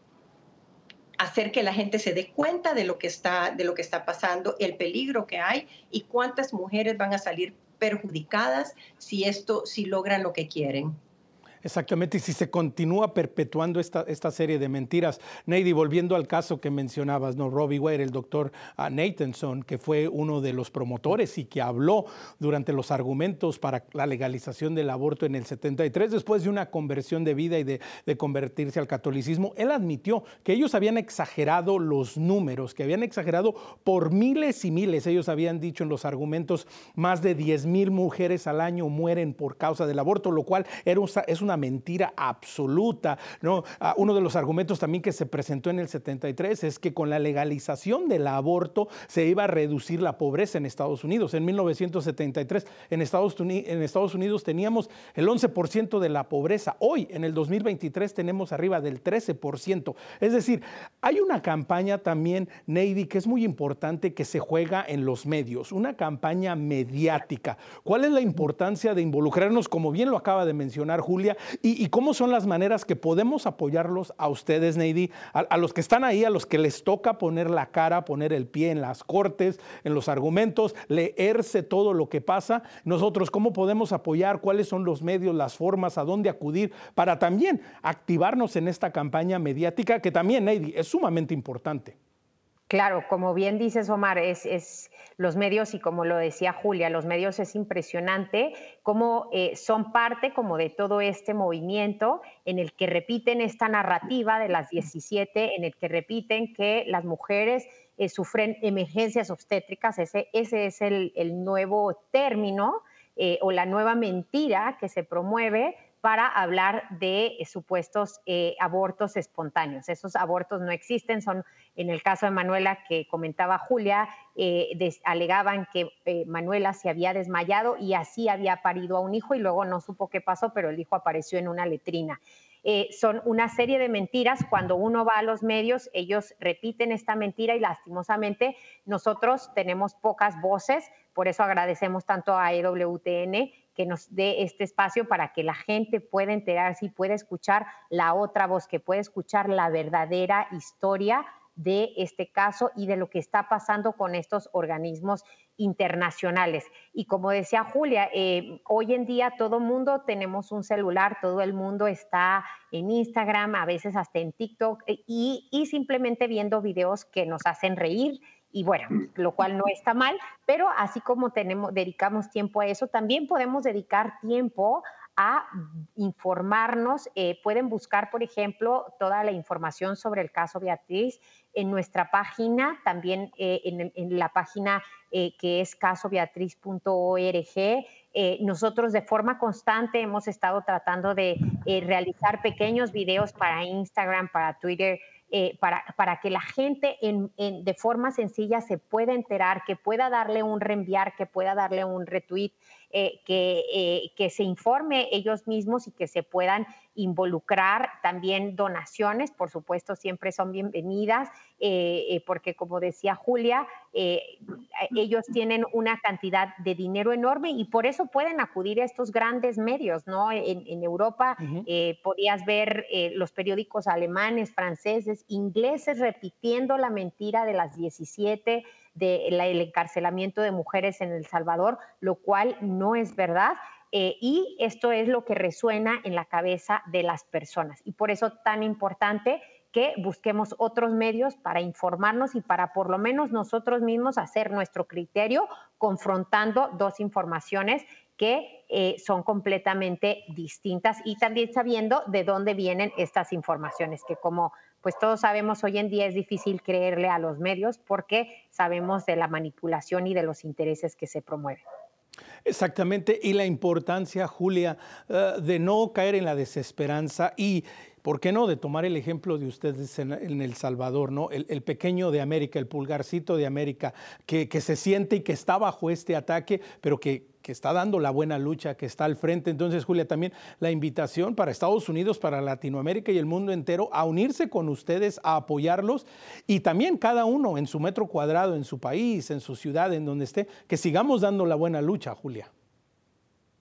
hacer que la gente se dé cuenta de lo que está, de lo que está pasando, el peligro que hay y cuántas mujeres van a salir perjudicadas si esto, si logran lo que quieren. Exactamente, y si se continúa perpetuando esta, esta serie de mentiras. Neidy, volviendo al caso que mencionabas, ¿no? Roe Wade, el doctor uh, Nathanson, que fue uno de los promotores y que habló durante los argumentos para la legalización del aborto en el setenta y tres, después de una conversión de vida y de, de convertirse al catolicismo, él admitió que ellos habían exagerado los números, que habían exagerado por miles y miles. Ellos habían dicho en los argumentos, más de diez mil mujeres al año mueren por causa del aborto, lo cual era un, es un una mentira absoluta, ¿no? Uh, uno de los argumentos también que se presentó en el setenta y tres es que con la legalización del aborto se iba a reducir la pobreza en Estados Unidos. En mil novecientos setenta y tres en Estados Unidos, en Estados Unidos teníamos el once por ciento de la pobreza. Hoy, en el dos mil veintitrés, tenemos arriba del trece por ciento. Es decir, hay una campaña también, Neidy, que es muy importante que se juega en los medios, una campaña mediática. ¿Cuál es la importancia de involucrarnos, como bien lo acaba de mencionar Julia, Y, y cómo son las maneras que podemos apoyarlos a ustedes, Neidy, a, a los que están ahí, a los que les toca poner la cara, poner el pie en las cortes, en los argumentos, leerse todo lo que pasa? Nosotros, ¿cómo podemos apoyar? ¿Cuáles son los medios, las formas, a dónde acudir para también activarnos en esta campaña mediática que también, Neidy, es sumamente importante? Claro, como bien dices, Omar, es, es los medios, y como lo decía Julia, los medios es impresionante cómo eh, son parte como de todo este movimiento en el que repiten esta narrativa de las diecisiete, en el que repiten que las mujeres eh, sufren emergencias obstétricas. Ese, ese es el, el nuevo término eh, o la nueva mentira que se promueve para hablar de eh, supuestos eh, abortos espontáneos. Esos abortos no existen, son, en el caso de Manuela que comentaba Julia, eh, des, alegaban que eh, Manuela se había desmayado y así había parido a un hijo y luego no supo qué pasó, pero el hijo apareció en una letrina. Eh, son una serie de mentiras. Cuando uno va a los medios, ellos repiten esta mentira y lastimosamente nosotros tenemos pocas voces. Por eso agradecemos tanto a E W T N que nos dé este espacio para que la gente pueda enterarse y pueda escuchar la otra voz, que pueda escuchar la verdadera historia de este caso y de lo que está pasando con estos organismos internacionales. Y como decía Julia, eh, hoy en día todo el mundo tenemos un celular, todo el mundo está en Instagram, a veces hasta en TikTok, y, y simplemente viendo videos que nos hacen reír, y bueno, lo cual no está mal, pero así como tenemos, dedicamos tiempo a eso, también podemos dedicar tiempo a informarnos. Eh, pueden buscar, por ejemplo, toda la información sobre el caso Beatriz en nuestra página, también eh, en, en la página eh, que es caso beatriz punto org. Eh, nosotros de forma constante hemos estado tratando de eh, realizar pequeños videos para Instagram, para Twitter, Eh, para, para que la gente en, en, de forma sencilla se pueda enterar, que pueda darle un reenviar, que pueda darle un retweet, eh, que, eh, que se informe ellos mismos y que se puedan involucrar. También donaciones, por supuesto, siempre son bienvenidas, eh, eh, porque como decía Julia, eh, ellos tienen una cantidad de dinero enorme y por eso pueden acudir a estos grandes medios, ¿no? En, en Europa uh-huh. eh, podías ver eh, los periódicos alemanes, franceses, ingleses repitiendo la mentira de las diecisiete, del de encarcelamiento de mujeres en El Salvador, lo cual no es verdad. Eh, y esto es lo que resuena en la cabeza de las personas. Y por eso tan importante que busquemos otros medios para informarnos y para por lo menos nosotros mismos hacer nuestro criterio confrontando dos informaciones que eh, son completamente distintas y también sabiendo de dónde vienen estas informaciones, que como pues todos sabemos hoy en día es difícil creerle a los medios porque sabemos de la manipulación y de los intereses que se promueven. Exactamente, y la importancia, Julia, uh, de no caer en la desesperanza y, ¿por qué no?, de tomar el ejemplo de ustedes en, en El Salvador, ¿no? El, el pequeño de América, el pulgarcito de América, que, que se siente y que está bajo este ataque, pero que, que está dando la buena lucha, que está al frente. Entonces, Julia, también la invitación para Estados Unidos, para Latinoamérica y el mundo entero a unirse con ustedes, a apoyarlos y también cada uno en su metro cuadrado, en su país, en su ciudad, en donde esté, que sigamos dando la buena lucha, Julia.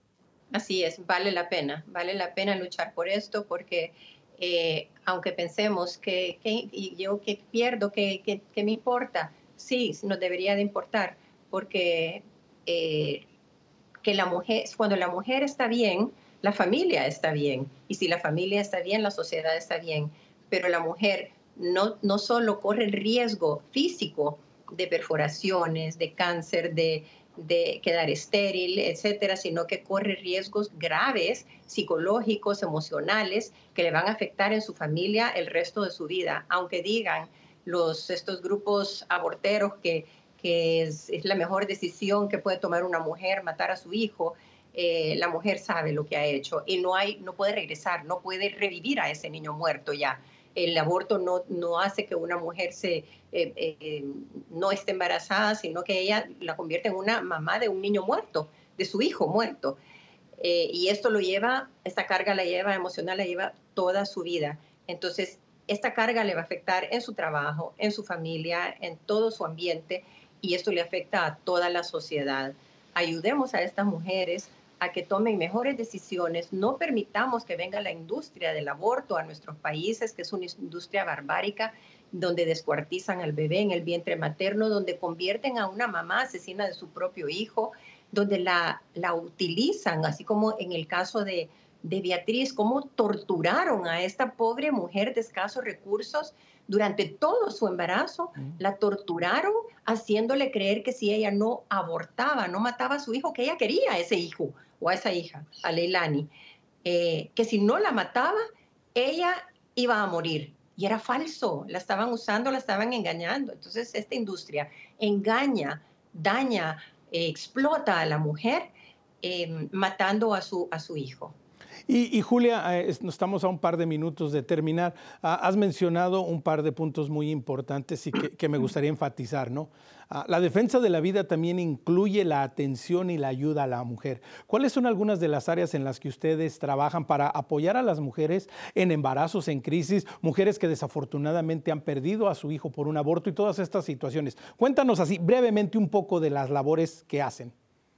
Así es, vale la pena, vale la pena luchar por esto porque eh, aunque pensemos que, que- y yo que pierdo, que, que, que me importa, sí, nos debería de importar porque eh, que la mujer, cuando la mujer está bien, la familia está bien. Y si la familia está bien, la sociedad está bien. Pero la mujer no, no solo corre el riesgo físico de perforaciones, de cáncer, de, de quedar estéril, etcétera, sino que corre riesgos graves, psicológicos, emocionales, que le van a afectar en su familia el resto de su vida. Aunque digan los, estos grupos aborteros que que es, es, la mejor decisión que puede tomar una mujer, matar a su hijo, eh, la mujer sabe lo que ha hecho y no, hay, no puede regresar, no puede revivir a ese niño muerto ya. El aborto no, no hace que una mujer se, eh, eh, no esté embarazada, sino que ella la convierte en una mamá de un niño muerto, de su hijo muerto. Eh, y esto lo lleva, esta carga la lleva emocional, la lleva toda su vida. Entonces, esta carga le va a afectar en su trabajo, en su familia, en todo su ambiente, y esto le afecta a toda la sociedad. Ayudemos a estas mujeres a que tomen mejores decisiones, no permitamos que venga la industria del aborto a nuestros países, que es una industria barbárica, donde descuartizan al bebé en el vientre materno, donde convierten a una mamá asesina de su propio hijo, donde la, la utilizan, así como en el caso de, de Beatriz, cómo torturaron a esta pobre mujer de escasos recursos durante todo su embarazo, la torturaron haciéndole creer que si ella no abortaba, no mataba a su hijo, que ella quería a ese hijo o a esa hija, a Leilani, eh, que si no la mataba, ella iba a morir. Y era falso, la estaban usando, la estaban engañando. Entonces esta industria engaña, daña, eh, explota a la mujer eh, matando a su, a su hijo. Y, y Julia, eh, estamos a un par de minutos de terminar. Ah, has mencionado un par de puntos muy importantes y que, que me gustaría enfatizar, ¿no? Ah, la defensa de la vida también incluye la atención y la ayuda a la mujer. ¿Cuáles son algunas de las áreas en las que ustedes trabajan para apoyar a las mujeres en embarazos, en crisis, mujeres que desafortunadamente han perdido a su hijo por un aborto y todas estas situaciones? Cuéntanos así brevemente un poco de las labores que hacen.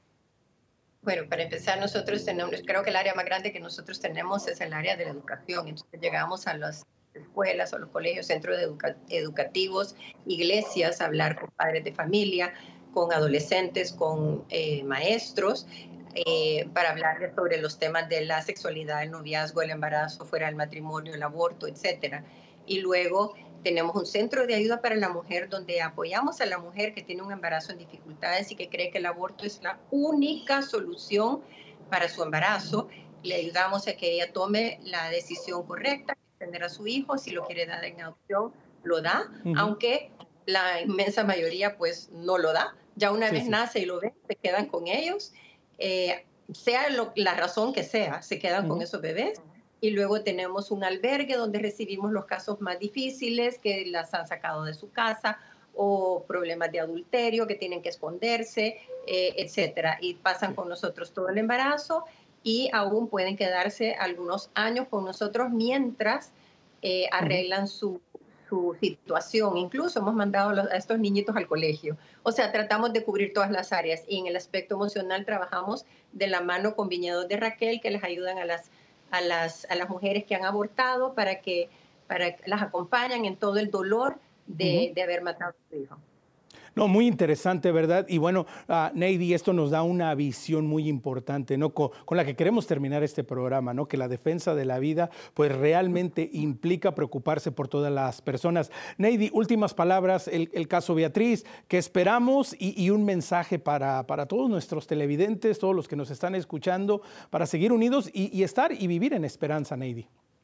Bueno, para empezar, nosotros tenemos, creo que el área más grande que nosotros tenemos es el área de la educación. Entonces llegamos a las escuelas, a los colegios, centros educa educativos, iglesias, a hablar con padres de familia, con adolescentes, con eh, maestros, eh, para hablar sobre los temas de la sexualidad, el noviazgo, el embarazo fuera del matrimonio, el aborto, etcétera. Y luego tenemos un centro de ayuda para la mujer donde apoyamos a la mujer que tiene un embarazo en dificultades y que cree que el aborto es la única solución para su embarazo. Le ayudamos a que ella tome la decisión correcta, tener a su hijo, si lo quiere dar en adopción, lo da, uh-huh. Aunque la inmensa mayoría pues no lo da. Ya una sí, vez sí. nace y lo ve, se quedan con ellos, eh, sea lo, la razón que sea, se quedan uh-huh. con esos bebés. Y luego tenemos un albergue donde recibimos los casos más difíciles, que las han sacado de su casa, o problemas de adulterio que tienen que esconderse, eh, etcétera. Y pasan sí. con nosotros todo el embarazo y aún pueden quedarse algunos años con nosotros mientras eh, arreglan uh-huh. su, su situación. Incluso hemos mandado a estos niñitos al colegio. O sea, tratamos de cubrir todas las áreas. Y en el aspecto emocional trabajamos de la mano con Viñedos de Raquel, que les ayudan a las A las, a las mujeres que han abortado para que, para que las acompañen en todo el dolor de, uh-huh. de haber matado a su hijo. No, muy interesante, ¿verdad? Y bueno, uh, Neidy, esto nos da una visión muy importante, ¿no? Con, con la que queremos terminar este programa, ¿no? Que la defensa de la vida, pues realmente implica preocuparse por todas las personas. Neidy, últimas palabras, el, el caso Beatriz, ¿qué esperamos? Y, y un mensaje para, para todos nuestros televidentes, todos los que nos están escuchando, para seguir unidos y, y estar y vivir en esperanza, Neidy.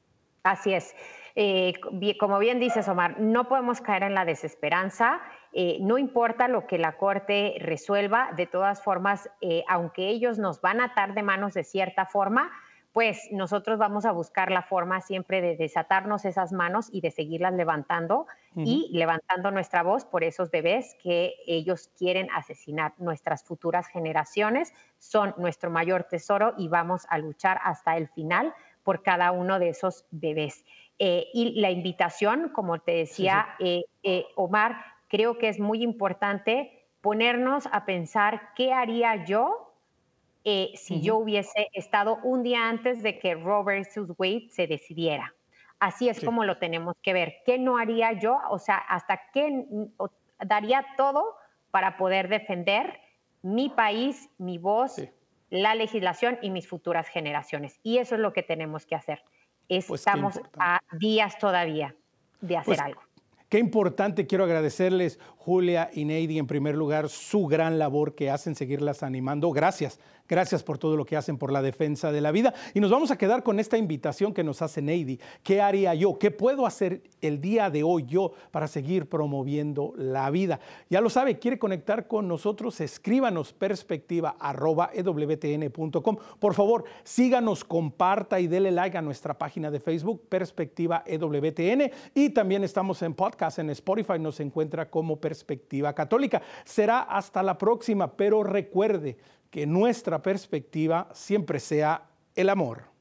Así es. Eh, como bien dices, Omar, no podemos caer en la desesperanza. Eh, no importa lo que la Corte resuelva, de todas formas, eh, aunque ellos nos van a atar de manos de cierta forma, pues nosotros vamos a buscar la forma siempre de desatarnos esas manos y de seguirlas levantando uh-huh. y levantando nuestra voz por esos bebés que ellos quieren asesinar. Nuestras futuras generaciones son nuestro mayor tesoro y vamos a luchar hasta el final por cada uno de esos bebés. Eh, y la invitación, como te decía sí, sí. Eh, eh, Omar, creo que es muy importante ponernos a pensar qué haría yo eh, si uh-huh. yo hubiese estado un día antes de que Roe versus Wade se decidiera. Así es sí. como lo tenemos que ver. ¿Qué no haría yo? O sea, hasta qué daría todo para poder defender mi país, mi voz, sí. la legislación y mis futuras generaciones. Y eso es lo que tenemos que hacer. Estamos pues a días todavía de hacer pues, algo. Qué importante, quiero agradecerles, Julia y Neidy, en primer lugar, su gran labor que hacen, seguirlas animando. Gracias, gracias por todo lo que hacen por la defensa de la vida. Y nos vamos a quedar con esta invitación que nos hace Neidy. ¿Qué haría yo? ¿Qué puedo hacer el día de hoy yo para seguir promoviendo la vida? Ya lo sabe, quiere conectar con nosotros, escríbanos perspectiva arroba e w t n punto com. Por favor, síganos, comparta y dele like a nuestra página de Facebook, Perspectiva E W T N. Y también estamos en podcast, en Spotify, nos encuentra como Perspectiva Católica. Será hasta la próxima, pero recuerde que nuestra perspectiva siempre sea el amor.